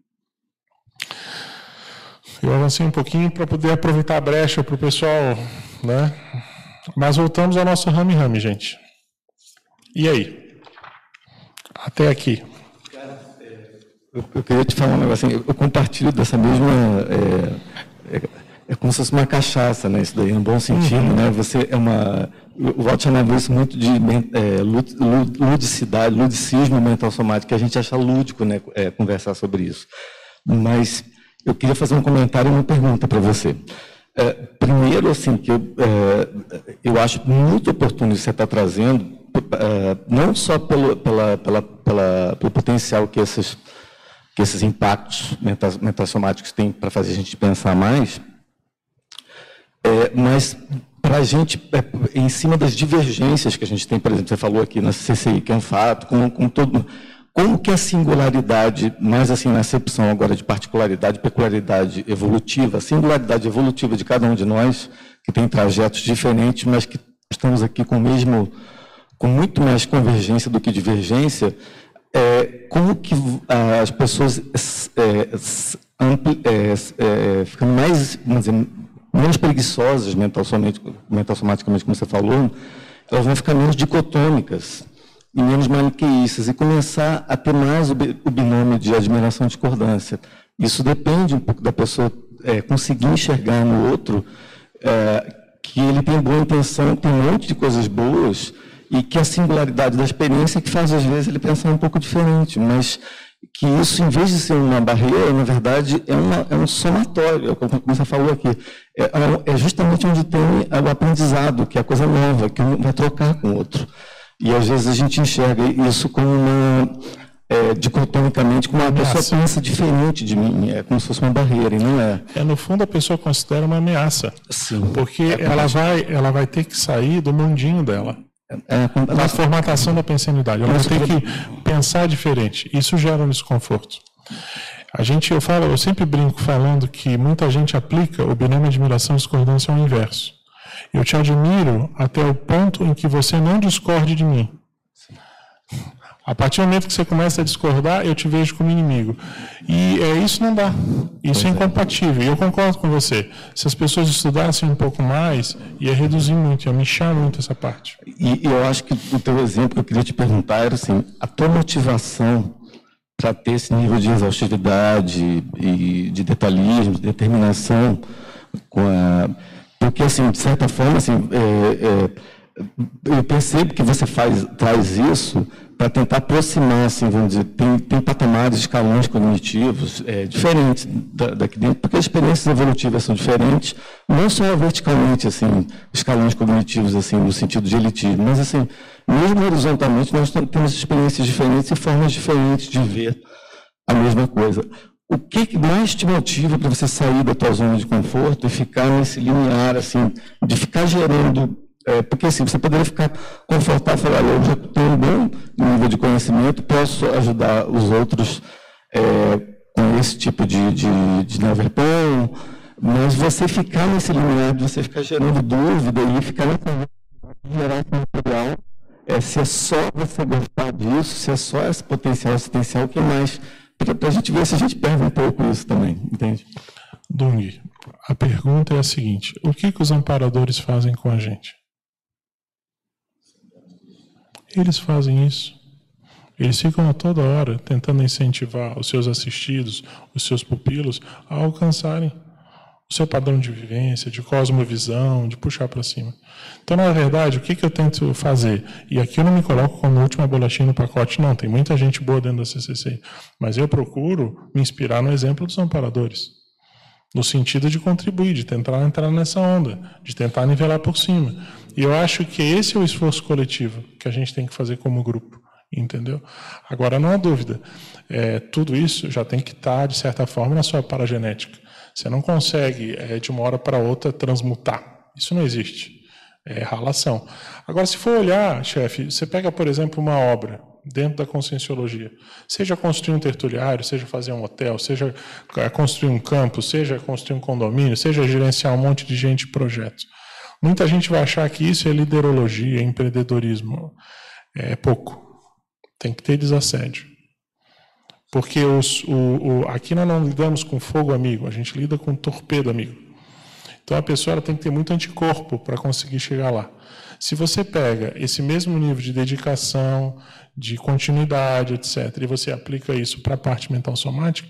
Eu avancei um pouquinho para poder aproveitar a brecha para o pessoal, né? Mas voltamos ao nosso rame-rame, gente. E aí? Até aqui. Eu, eu queria te falar um negócio assim, eu compartilho dessa mesma... É, é, é como se fosse uma cachaça, né? Isso daí, no bom sentido, uhum. né? Você é uma... O Walter chamava isso muito de é, ludicidade, ludicismo mental somático, que a gente acha lúdico, né? É, conversar sobre isso. Mas eu queria fazer um comentário e uma pergunta para você. É, primeiro, assim, que eu, é, eu acho muito oportuno isso que você está trazendo, é, não só pelo, pela, pela, pela, pelo potencial que esses, que esses impactos mentais, mentais somáticos têm para fazer a gente pensar mais, é, mas para a gente, é, em cima das divergências que a gente tem, por exemplo, você falou aqui na C C I, que é um fato, com, com todo... como que a singularidade, mais assim na acepção agora de particularidade, peculiaridade evolutiva, a singularidade evolutiva de cada um de nós, que tem trajetos diferentes, mas que estamos aqui com o mesmo, com muito mais convergência do que divergência, é, como que as pessoas é, ampli, é, é, ficam mais, vamos dizer, menos preguiçosas mentalmente, mental-somaticamente, como você falou, elas vão ficar menos dicotômicas e menos maniqueístas e começar a ter mais o binômio de admiração e discordância. Isso depende um pouco da pessoa é, conseguir enxergar no outro é, que ele tem boa intenção, tem um monte de coisas boas e que a singularidade da experiência que faz, às vezes, ele pensar um pouco diferente, mas que isso, em vez de ser uma barreira, na verdade, é, uma, é um somatório, como você falou aqui. É, é justamente onde tem o aprendizado, que é a coisa nova, que um vai trocar com o outro. E, às vezes, a gente enxerga isso como uma... É, dicotomicamente, como uma ameaça. Pessoa pensa diferente de mim, é como se fosse uma barreira, e não é. É, no fundo, a pessoa considera uma ameaça. Sim. Porque é ela, vai, ela vai ter que sair do mundinho dela. É, é, da formatação da pensanidade. Ela vai ter que pensar diferente. Isso gera um desconforto. A gente, eu, falo, eu sempre brinco falando que muita gente aplica o binômio admiração e discordância ao inverso. Eu te admiro até o ponto em que você não discorde de mim. A partir do momento que você começa a discordar, eu te vejo como inimigo. E é, isso não dá. Isso é incompatível. E eu concordo com você. Se as pessoas estudassem um pouco mais, ia reduzir muito, ia mexer muito essa parte. E, e eu acho que o teu exemplo que eu queria te perguntar era assim, a tua motivação para ter esse nível de exaustividade e de detalhismo, de determinação, com a, porque, assim, de certa forma, assim, é, é, eu percebo que você faz, traz isso para tentar aproximar, assim, vamos dizer, tem, tem patamares, escalões cognitivos é, diferentes da, daqui dentro, porque as experiências evolutivas são diferentes, não só verticalmente, assim, escalões cognitivos, assim, no sentido de elitismo, mas, assim, mesmo horizontalmente, nós temos experiências diferentes e formas diferentes de ver a mesma coisa. O que mais te motiva para você sair da tua zona de conforto e ficar nesse limiar, assim, de ficar gerando... É, porque assim, você poderia ficar confortável e falar, eu já tenho um bom nível de conhecimento, posso ajudar os outros é, com esse tipo de, de, de navegação, mas você ficar nesse limiar, você ficar gerando dúvida e ficar na conversa, gerar esse material, é, se é só você gostar disso, se é só esse potencial assistencial, o que mais? Para a gente ver se a gente perde um pouco isso também, entende? Dung, a pergunta é a seguinte, o que, que os amparadores fazem com a gente? Eles fazem isso. Eles ficam a toda hora tentando incentivar os seus assistidos, os seus pupilos, a alcançarem o seu padrão de vivência, de cosmovisão, de puxar para cima. Então, na verdade, o que, que eu tento fazer? E aqui eu não me coloco como última bolachinha no pacote, não. Tem muita gente boa dentro da C C C. Mas eu procuro me inspirar no exemplo dos amparadores. No sentido de contribuir, de tentar entrar nessa onda, de tentar nivelar por cima. E eu acho que esse é o esforço coletivo que a gente tem que fazer como grupo, entendeu? Agora, não há dúvida, é, tudo isso já tem que estar, de certa forma, na sua paragenética. Você não consegue, é, de uma hora para outra, transmutar. Isso não existe. É ralação. Agora, se for olhar, chefe, você pega, por exemplo, uma obra dentro da conscienciologia, seja construir um tertuliário, seja fazer um hotel, seja construir um campus, seja construir um condomínio, seja gerenciar um monte de gente e projetos. Muita gente vai achar que isso é liderologia, é empreendedorismo. É pouco. Tem que ter desassédio. Porque os, o, o, aqui nós não lidamos com fogo amigo, a gente lida com torpedo amigo. Então a pessoa ela tem que ter muito anticorpo para conseguir chegar lá. Se você pega esse mesmo nível de dedicação, de continuidade, etcétera, e você aplica isso para a parte mental somática,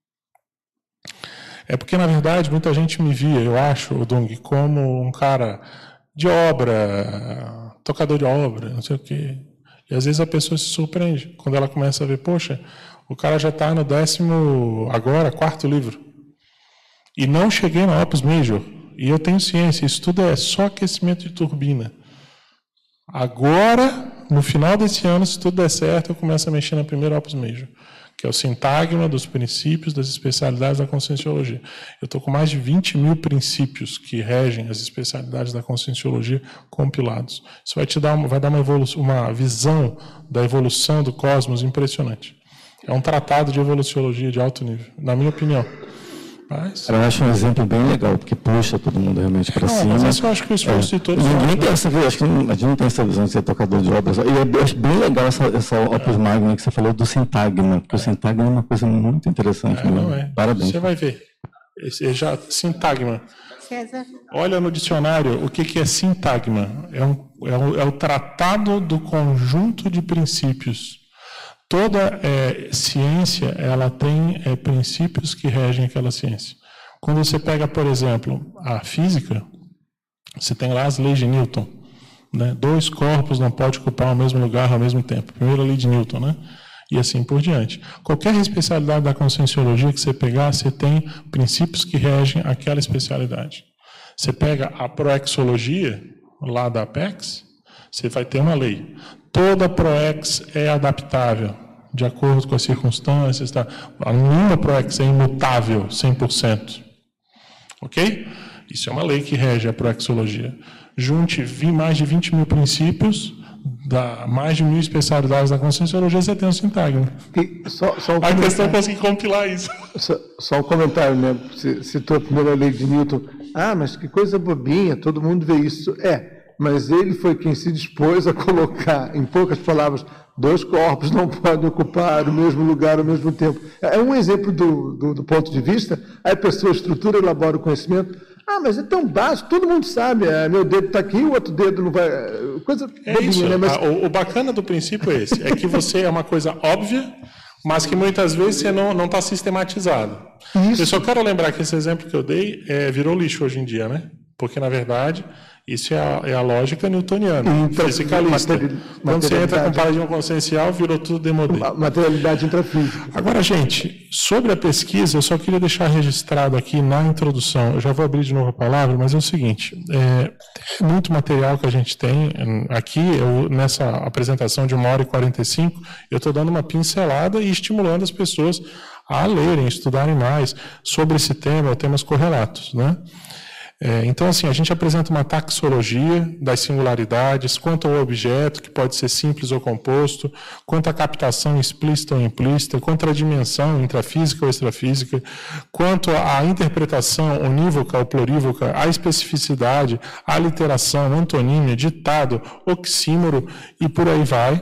é porque, na verdade, muita gente me via, eu acho, o Dung, como um cara de obra, tocador de obra, não sei o quê. E às vezes a pessoa se surpreende quando ela começa a ver, poxa, o cara já está no décimo, agora, quarto livro. E não cheguei na Opus Major. E eu tenho ciência, isso tudo é só aquecimento de turbina. Agora, no final desse ano, se tudo der certo, eu começo a mexer na primeira Opus Major. que é o sintagma dos princípios das especialidades da Conscienciologia. Eu estou com mais de vinte mil princípios que regem as especialidades da Conscienciologia compilados. Isso vai te dar uma, vai dar uma, evolução, uma visão da evolução do cosmos impressionante. É um tratado de evoluciologia de alto nível, na minha opinião. Mas... Eu acho um exemplo bem legal, porque puxa todo mundo realmente para cima. Mas isso eu acho que o esforço é, de todos... Ninguém tem essa, acho que não, a gente não tem essa visão de ser tocador de obras. E eu acho bem legal essa, essa opus é. magna que você falou do sintagma, porque é. o sintagma é uma coisa muito interessante. É, não é. Parabéns. Você vai ver. Esse, já, sintagma. César. Olha no dicionário o que, que é sintagma. É, um, é, um, é o tratado do conjunto de princípios. Toda é, ciência, ela tem é, princípios que regem aquela ciência. Quando você pega, por exemplo, a física, você tem lá as leis de Newton. Né? Dois corpos não podem ocupar o mesmo lugar ao mesmo tempo. Primeira lei de Newton, né? E assim por diante. Qualquer especialidade da Conscienciologia que você pegar, você tem princípios que regem aquela especialidade. Você pega a proexologia, lá da Apex, você vai ter uma lei. Toda ProEx é adaptável, de acordo com as circunstâncias. Tá? Nenhuma ProEx é imutável, cem por cento. Ok? Isso é uma lei que rege a proexologia. Junte mais de vinte mil princípios, da mais de mil especialidades da Conscienciologia, você tem um sintagma. E só, só um a questão é conseguir compilar isso. Só, só um comentário, né? Você citou a primeira lei de Newton. Ah, mas que coisa bobinha, todo mundo vê isso. É. Mas ele foi quem se dispôs a colocar, em poucas palavras, dois corpos não podem ocupar o mesmo lugar ao mesmo tempo. É um exemplo do, do, do ponto de vista. Aí a pessoa estrutura, elabora o conhecimento. Ah, mas é tão básico, todo mundo sabe. É, meu dedo está aqui, o outro dedo não vai... Coisa é bobinha, isso. Né? Mas... Ah, o, o bacana do princípio é esse. É que você é uma coisa óbvia, mas que muitas vezes você não está sistematizado. Isso. Eu só quero lembrar que esse exemplo que eu dei é, virou lixo hoje em dia, né? Porque, na verdade... Isso é a, é a lógica newtoniana, então, fisicalista. Materi Quando você entra com paradigma consciencial, virou tudo demodê. Materialidade intrafísica. Agora, gente, sobre a pesquisa, eu só queria deixar registrado aqui na introdução, eu já vou abrir de novo a palavra, mas é o seguinte, é, é muito material que a gente tem aqui, eu, nessa apresentação de uma hora e quarenta e cinco, eu estou dando uma pincelada e estimulando as pessoas a lerem, estudarem mais sobre esse tema, ou temas correlatos, né? É, então, assim, a gente apresenta uma taxologia das singularidades, quanto ao objeto, que pode ser simples ou composto, quanto à captação explícita ou implícita, quanto à dimensão intrafísica ou extrafísica, quanto à interpretação unívoca ou plurívoca, à especificidade, à literação, antonímia, ditado, oxímoro e por aí vai.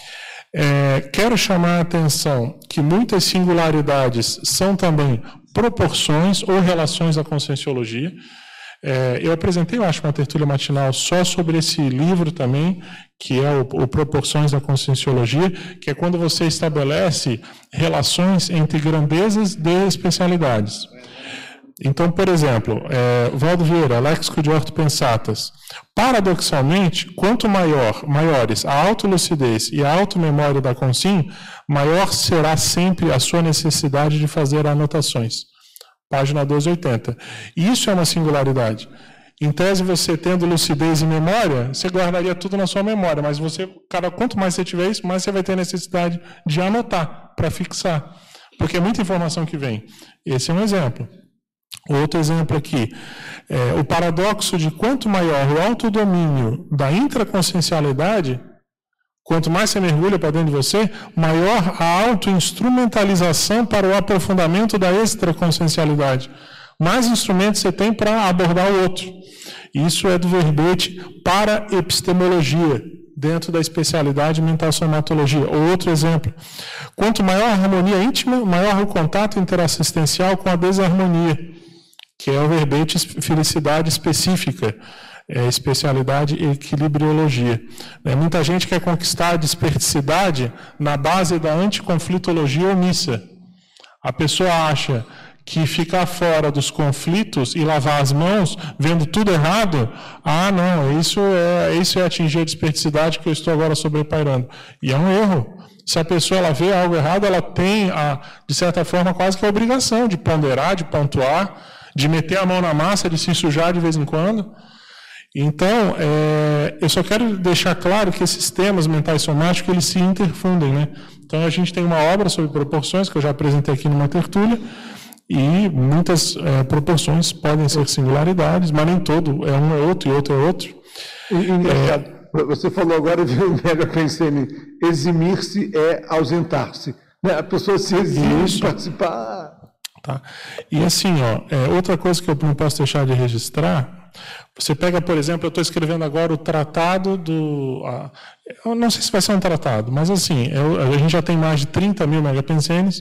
É, quero chamar a atenção que muitas singularidades são também proporções ou relações da conscienciologia. É, eu apresentei, eu acho, uma tertúlia matinal só sobre esse livro também, que é o, o Proporções da Conscienciologia, que é quando você estabelece relações entre grandezas de especialidades. Então, por exemplo, é, Valdo Vieira, Léxico de Ortopensatas. Paradoxalmente, quanto maior, maiores a autolucidez e a automemória da consciência, maior será sempre a sua necessidade de fazer anotações. Página doze oitenta. Isso é uma singularidade. Em tese, você tendo lucidez e memória, você guardaria tudo na sua memória, mas você, cada quanto mais você tiver isso, mais você vai ter necessidade de anotar, para fixar. Porque é muita informação que vem. Esse é um exemplo. Outro exemplo aqui, é o paradoxo de quanto maior o autodomínio da intraconsciencialidade, quanto mais você mergulha para dentro de você, maior a autoinstrumentalização para o aprofundamento da extraconsciencialidade. Mais instrumentos você tem para abordar o outro. Isso é do verbete para epistemologia, dentro da especialidade mental somatologia. Ou outro exemplo, quanto maior a harmonia íntima, maior o contato interassistencial com a desarmonia, que é o verbete felicidade específica. É, especialidade e equilibriologia. É, muita gente quer conquistar a desperticidade na base da anticonflitologia omissa. A pessoa acha que ficar fora dos conflitos e lavar as mãos, vendo tudo errado, ah, não, isso é, isso é atingir a desperticidade que eu estou agora sobrepairando. E é um erro. Se a pessoa ela vê algo errado, ela tem, a, de certa forma, quase que a obrigação de ponderar, de pontuar, de meter a mão na massa, de se sujar de vez em quando. Então, é, eu só quero deixar claro que esses temas mentais somáticos, eles se interfundem, né? Então, a gente tem uma obra sobre proporções, que eu já apresentei aqui numa tertúlia, e muitas é, proporções podem ser singularidades, mas nem todo, é um é outro e outro é outro. É, você falou agora de mega pensene, eximir-se é ausentar-se. Né? A pessoa se exime de participar. Tá. E assim, ó, é, outra coisa que eu não posso deixar de registrar, você pega, por exemplo, eu estou escrevendo agora o tratado do... A, eu não sei se vai ser um tratado, mas assim, eu, a gente já tem mais de trinta mil megapensenes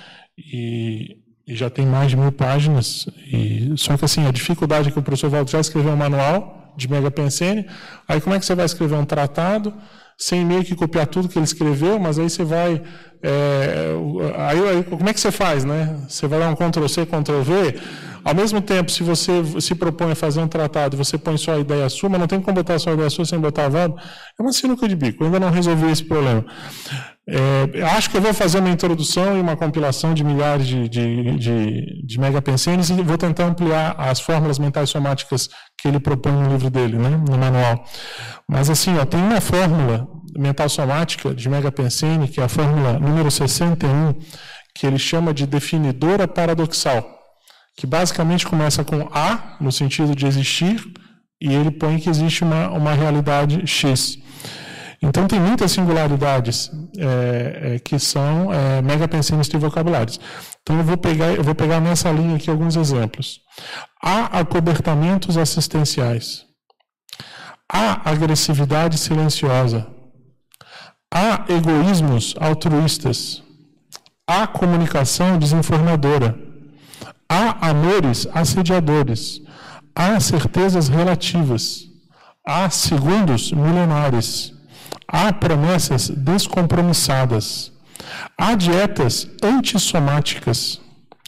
e, e já tem mais de mil páginas. E, só que assim, a dificuldade é que o professor Valdo já escreveu um manual de megapensene, aí como é que você vai escrever um tratado sem meio que copiar tudo que ele escreveu, mas aí você vai... É, aí, aí, como é que você faz, né? Você vai dar um control C, control V. Ao mesmo tempo, se você se propõe a fazer um tratado e você põe só a ideia sua, mas não tem como botar só a ideia sua sem botar a Valdo, é uma sinuca de bico. Eu ainda não resolvi esse problema. É, acho que eu vou fazer uma introdução e uma compilação de milhares de, de, de, de megapensenes e vou tentar ampliar as fórmulas mentais somáticas que ele propõe no livro dele, né, no manual. Mas assim, ó, tem uma fórmula mental somática de megapensene, que é a fórmula número sessenta e um, que ele chama de definidora paradoxal, que basicamente começa com A, no sentido de existir, e ele põe que existe uma, uma realidade X. Então, tem muitas singularidades é, é, que são é, megapensenes trivocabulários. Então, eu vou, pegar, eu vou pegar nessa linha aqui alguns exemplos. Há acobertamentos assistenciais. Há agressividade silenciosa. Há egoísmos altruístas. Há comunicação desinformadora. Há amores assediadores. Há certezas relativas. Há segundos milenares. Há promessas descompromissadas. Há dietas antissomáticas.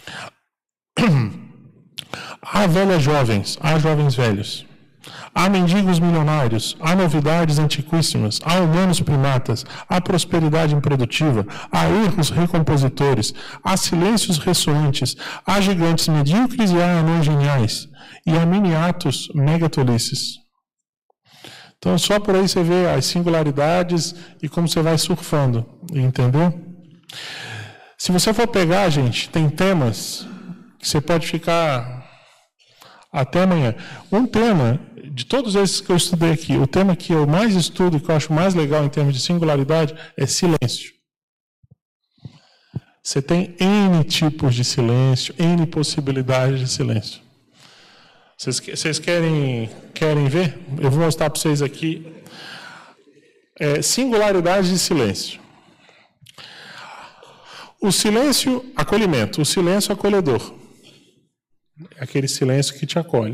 Há velhas jovens, há jovens velhos. Há mendigos milionários, há novidades antiquíssimas, há humanos primatas, há prosperidade improdutiva, há erros recompositores, há silêncios ressoantes, há gigantes medíocres e há anões geniais, e há miniatos megatolices. Então, só por aí você vê as singularidades e como você vai surfando, entendeu? Se você for pegar, gente, tem temas que você pode ficar até amanhã. Um tema, de todos esses que eu estudei aqui, o tema que eu mais estudo e que eu acho mais legal em termos de singularidade é silêncio. Você tem N tipos de silêncio, N possibilidades de silêncio. Vocês, vocês querem, querem ver? Eu vou mostrar para vocês aqui. É, singularidade de silêncio. O silêncio, acolhimento. O silêncio acolhedor. É aquele silêncio que te acolhe.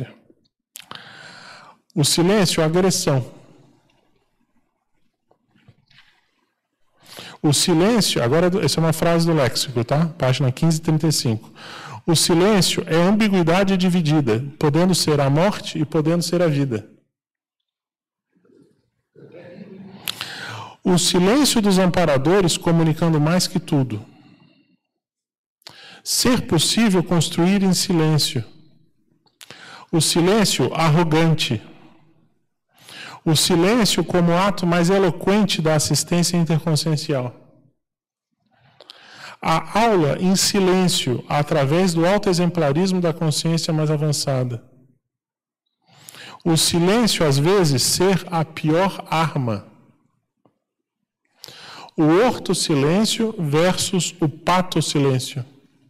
O silêncio, agressão. O silêncio, agora essa é uma frase do léxico, tá? Página quinze, trinta e cinco. O silêncio é ambiguidade dividida, podendo ser a morte e podendo ser a vida. O silêncio dos amparadores comunicando mais que tudo. Ser possível construir em silêncio. O silêncio arrogante. O silêncio como ato mais eloquente da assistência interconsciencial. A aula em silêncio, através do autoexemplarismo da consciência mais avançada. O silêncio, às vezes, ser a pior arma. O orto-silêncio versus o pato-silêncio.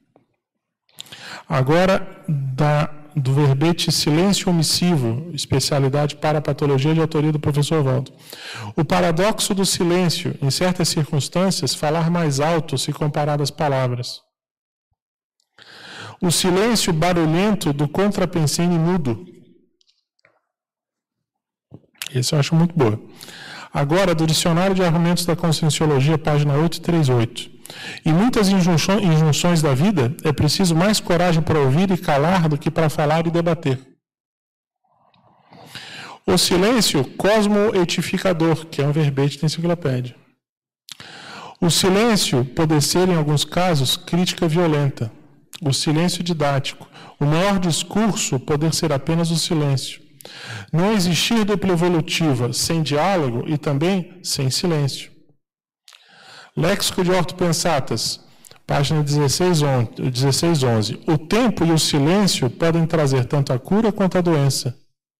Agora, da, do verbete silêncio omissivo, especialidade para a patologia de autoria do professor Valdo. O paradoxo do silêncio, em certas circunstâncias, falar mais alto se comparado às palavras. O silêncio barulhento do contrapensene mudo. Esse eu acho muito boa. Agora, do Dicionário de Argumentos da Conscienciologia, página oitocentos e trinta e oito. Em muitas injunções da vida, é preciso mais coragem para ouvir e calar do que para falar e debater. O silêncio cosmoetificador, que é um verbete da enciclopédia. O silêncio pode ser, em alguns casos, crítica violenta. O silêncio didático. O maior discurso poder ser apenas o silêncio. Não existir dupla evolutiva sem diálogo e também sem silêncio. Léxico de Ortopensatas, página dezesseis, onze. O tempo e o silêncio podem trazer tanto a cura quanto a doença.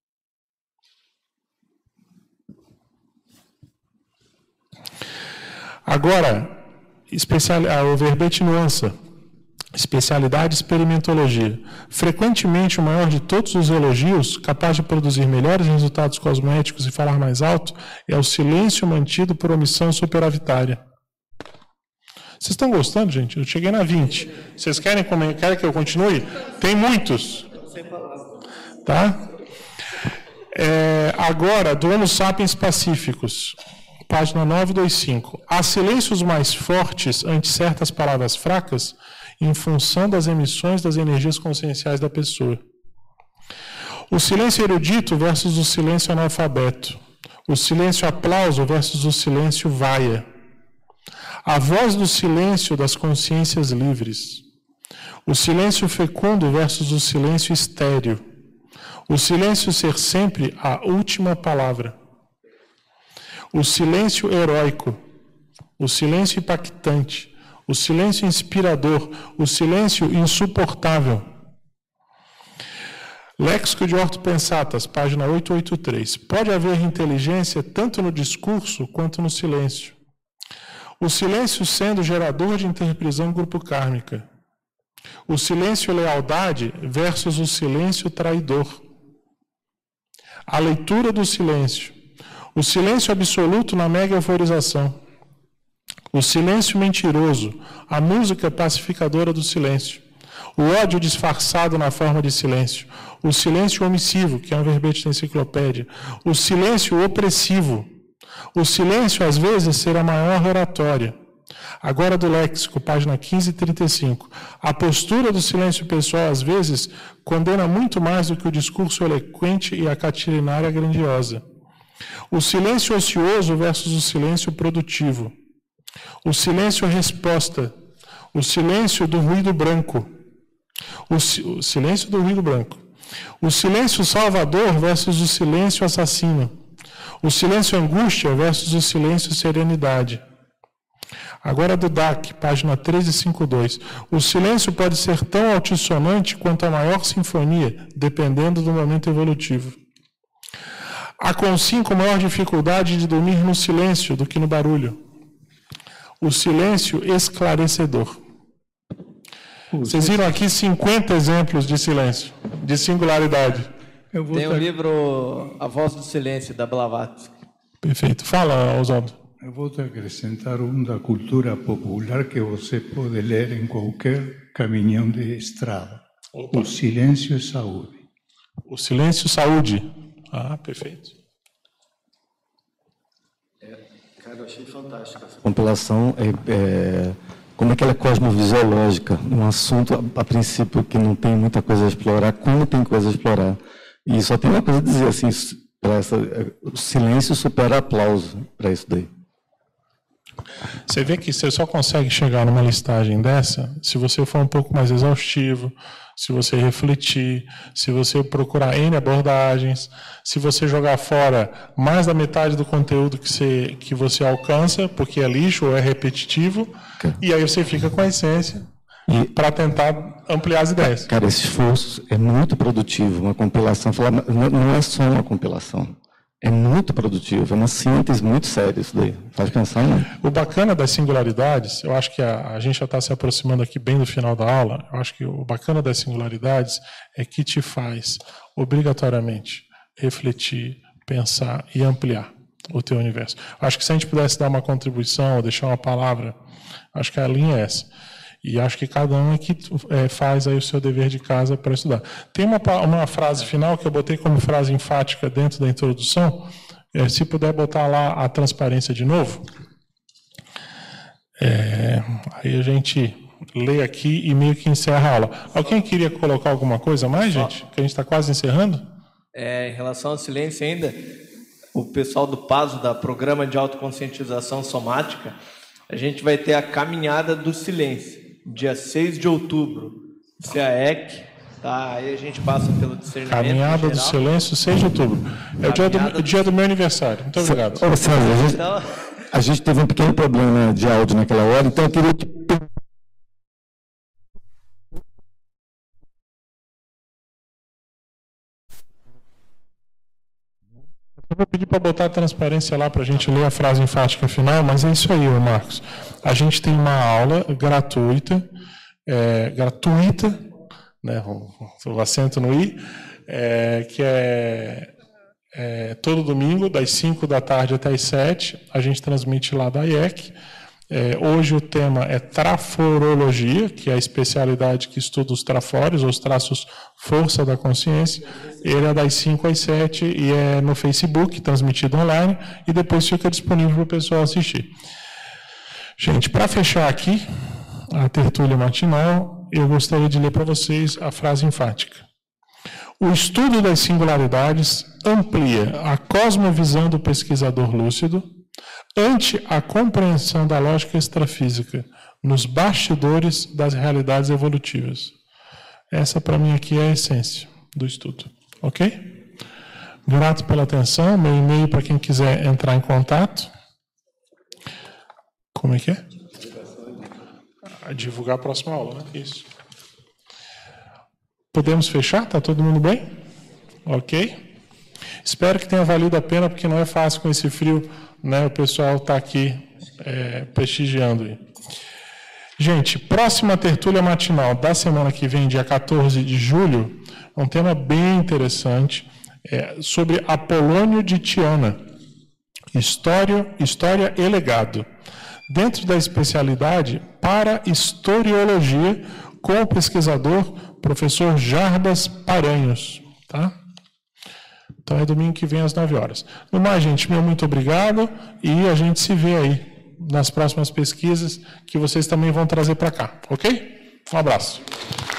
Agora, especial, o verbete nuança. Especialidade experimentologia. Frequentemente, o maior de todos os elogios, capaz de produzir melhores resultados cosméticos e falar mais alto, é o silêncio mantido por omissão superavitária. Vocês estão gostando, gente? Eu cheguei na vinte. Vocês querem, querem que eu continue? Tem muitos. Tá? É, agora, do Homo sapiens pacíficos. Página novecentos e vinte e cinco. Há silêncios mais fortes ante certas palavras fracas em função das emissões das energias conscienciais da pessoa. O silêncio erudito versus o silêncio analfabeto. O silêncio aplauso versus o silêncio vaia. A voz do silêncio das consciências livres. O silêncio fecundo versus o silêncio estéril. O silêncio ser sempre a última palavra. O silêncio heróico. O silêncio impactante. O silêncio inspirador. O silêncio insuportável. Léxico de Ortopensatas, página oitocentos e oitenta e três. Pode haver inteligência tanto no discurso quanto no silêncio. O silêncio sendo gerador de interprisão grupo kármica. O silêncio lealdade versus o silêncio traidor. A leitura do silêncio. O silêncio absoluto na mega euforização. O silêncio mentiroso. A música pacificadora do silêncio. O ódio disfarçado na forma de silêncio. O silêncio omissivo, que é um verbete da enciclopédia. O silêncio opressivo. O silêncio, às vezes, ser a maior oratória. Agora do léxico, página quinze e trinta e cinco. A postura do silêncio pessoal, às vezes, condena muito mais do que o discurso eloquente e a catilinária grandiosa. O silêncio ocioso versus o silêncio produtivo. O silêncio resposta. O silêncio do ruído branco. O, si, o silêncio do ruído branco. O silêncio salvador versus o silêncio assassino. O silêncio angústia versus o silêncio serenidade. Agora do D A C, página trezentos e cinquenta e dois. O silêncio pode ser tão altissonante quanto a maior sinfonia, dependendo do momento evolutivo. Há com cinco maior dificuldade de dormir no silêncio do que no barulho. O silêncio esclarecedor. Vocês viram aqui cinquenta exemplos de silêncio, de singularidade. Tem o livro A Voz do Silêncio, da Blavatsky. Perfeito. Fala, Oswaldo. Eu vou te acrescentar um da cultura popular que você pode ler em qualquer caminhão de estrada. Opa. O silêncio é saúde. O silêncio saúde. Ah, perfeito. É, cara, eu achei fantástica essa compilação. É, é, como é que ela é cosmovisiológica? Um assunto, a, a princípio, que não tem muita coisa a explorar, como tem coisa a explorar. E só tem uma coisa a dizer, assim, para essa, o silêncio supera aplauso para isso daí. Você vê que você só consegue chegar numa listagem dessa se você for um pouco mais exaustivo, se você refletir, se você procurar N abordagens, se você jogar fora mais da metade do conteúdo que você, que você alcança, porque é lixo ou é repetitivo, okay. E aí você fica com a essência para tentar ampliar as ideias. Cara, esse esforço é muito produtivo, uma compilação, não é só uma compilação. É muito produtivo, é uma síntese muito séria isso daí. Faz pensar, não? O bacana das singularidades, eu acho que a, a gente já está se aproximando aqui bem do final da aula, eu acho que o bacana das singularidades é que te faz, obrigatoriamente, refletir, pensar e ampliar o teu universo. Eu acho que se a gente pudesse dar uma contribuição ou deixar uma palavra, acho que a linha é essa. E acho que cada um aqui é, faz aí o seu dever de casa para estudar. Tem uma, uma frase final que eu botei como frase enfática dentro da introdução. É, se puder botar lá a transparência de novo. É, aí a gente lê aqui e meio que encerra a aula. Alguém queria colocar alguma coisa mais, gente? Que a gente está quase encerrando? É, em relação ao silêncio ainda, o pessoal do PASO, da Programa de Autoconscientização Somática, a gente vai ter a Caminhada do Silêncio. Dia seis de outubro, C A E C, Tá, aí a gente passa pelo discernimento. Caminhada do Silêncio, seis de outubro. É o dia do, o dia do meu aniversário. Muito obrigado. Ô, César, a gente, então... a gente teve um pequeno problema de áudio naquela hora, então eu queria te... Eu vou pedir para botar a transparência lá para a gente ler a frase enfática final, mas é isso aí, Marcos. A gente tem uma aula gratuita, é, gratuita, né, o, o acento no i, é, que é, é todo domingo, das cinco da tarde até as sete, a gente transmite lá da I E C. É, hoje o tema é traforologia, que é a especialidade que estuda os trafores, os traços força da consciência. Ele é das cinco às sete e é no Facebook, transmitido online, e depois fica disponível para o pessoal assistir. Gente, para fechar aqui a tertúlia matinal, eu gostaria de ler para vocês a frase enfática. O estudo das singularidades amplia a cosmovisão do pesquisador lúcido ante a compreensão da lógica extrafísica nos bastidores das realidades evolutivas. Essa, para mim, aqui é a essência do estudo. Ok? Grato pela atenção. Meu e-mail para quem quiser entrar em contato. Como é que é? A divulgar a próxima aula, né? Isso. Podemos fechar? Está todo mundo bem? Ok? Espero que tenha valido a pena, porque não é fácil com esse frio, né? O pessoal está aqui é, prestigiando. Gente, próxima tertúlia matinal da semana que vem, dia quatorze de julho, um tema bem interessante, é, sobre Apolônio de Tiana, história, história e legado, dentro da especialidade para historiologia, com o pesquisador professor Jarbas Paranhos, tá? Então é domingo que vem às nove horas. No mais, gente, meu muito obrigado e a gente se vê aí nas próximas pesquisas que vocês também vão trazer para cá, ok? Um abraço.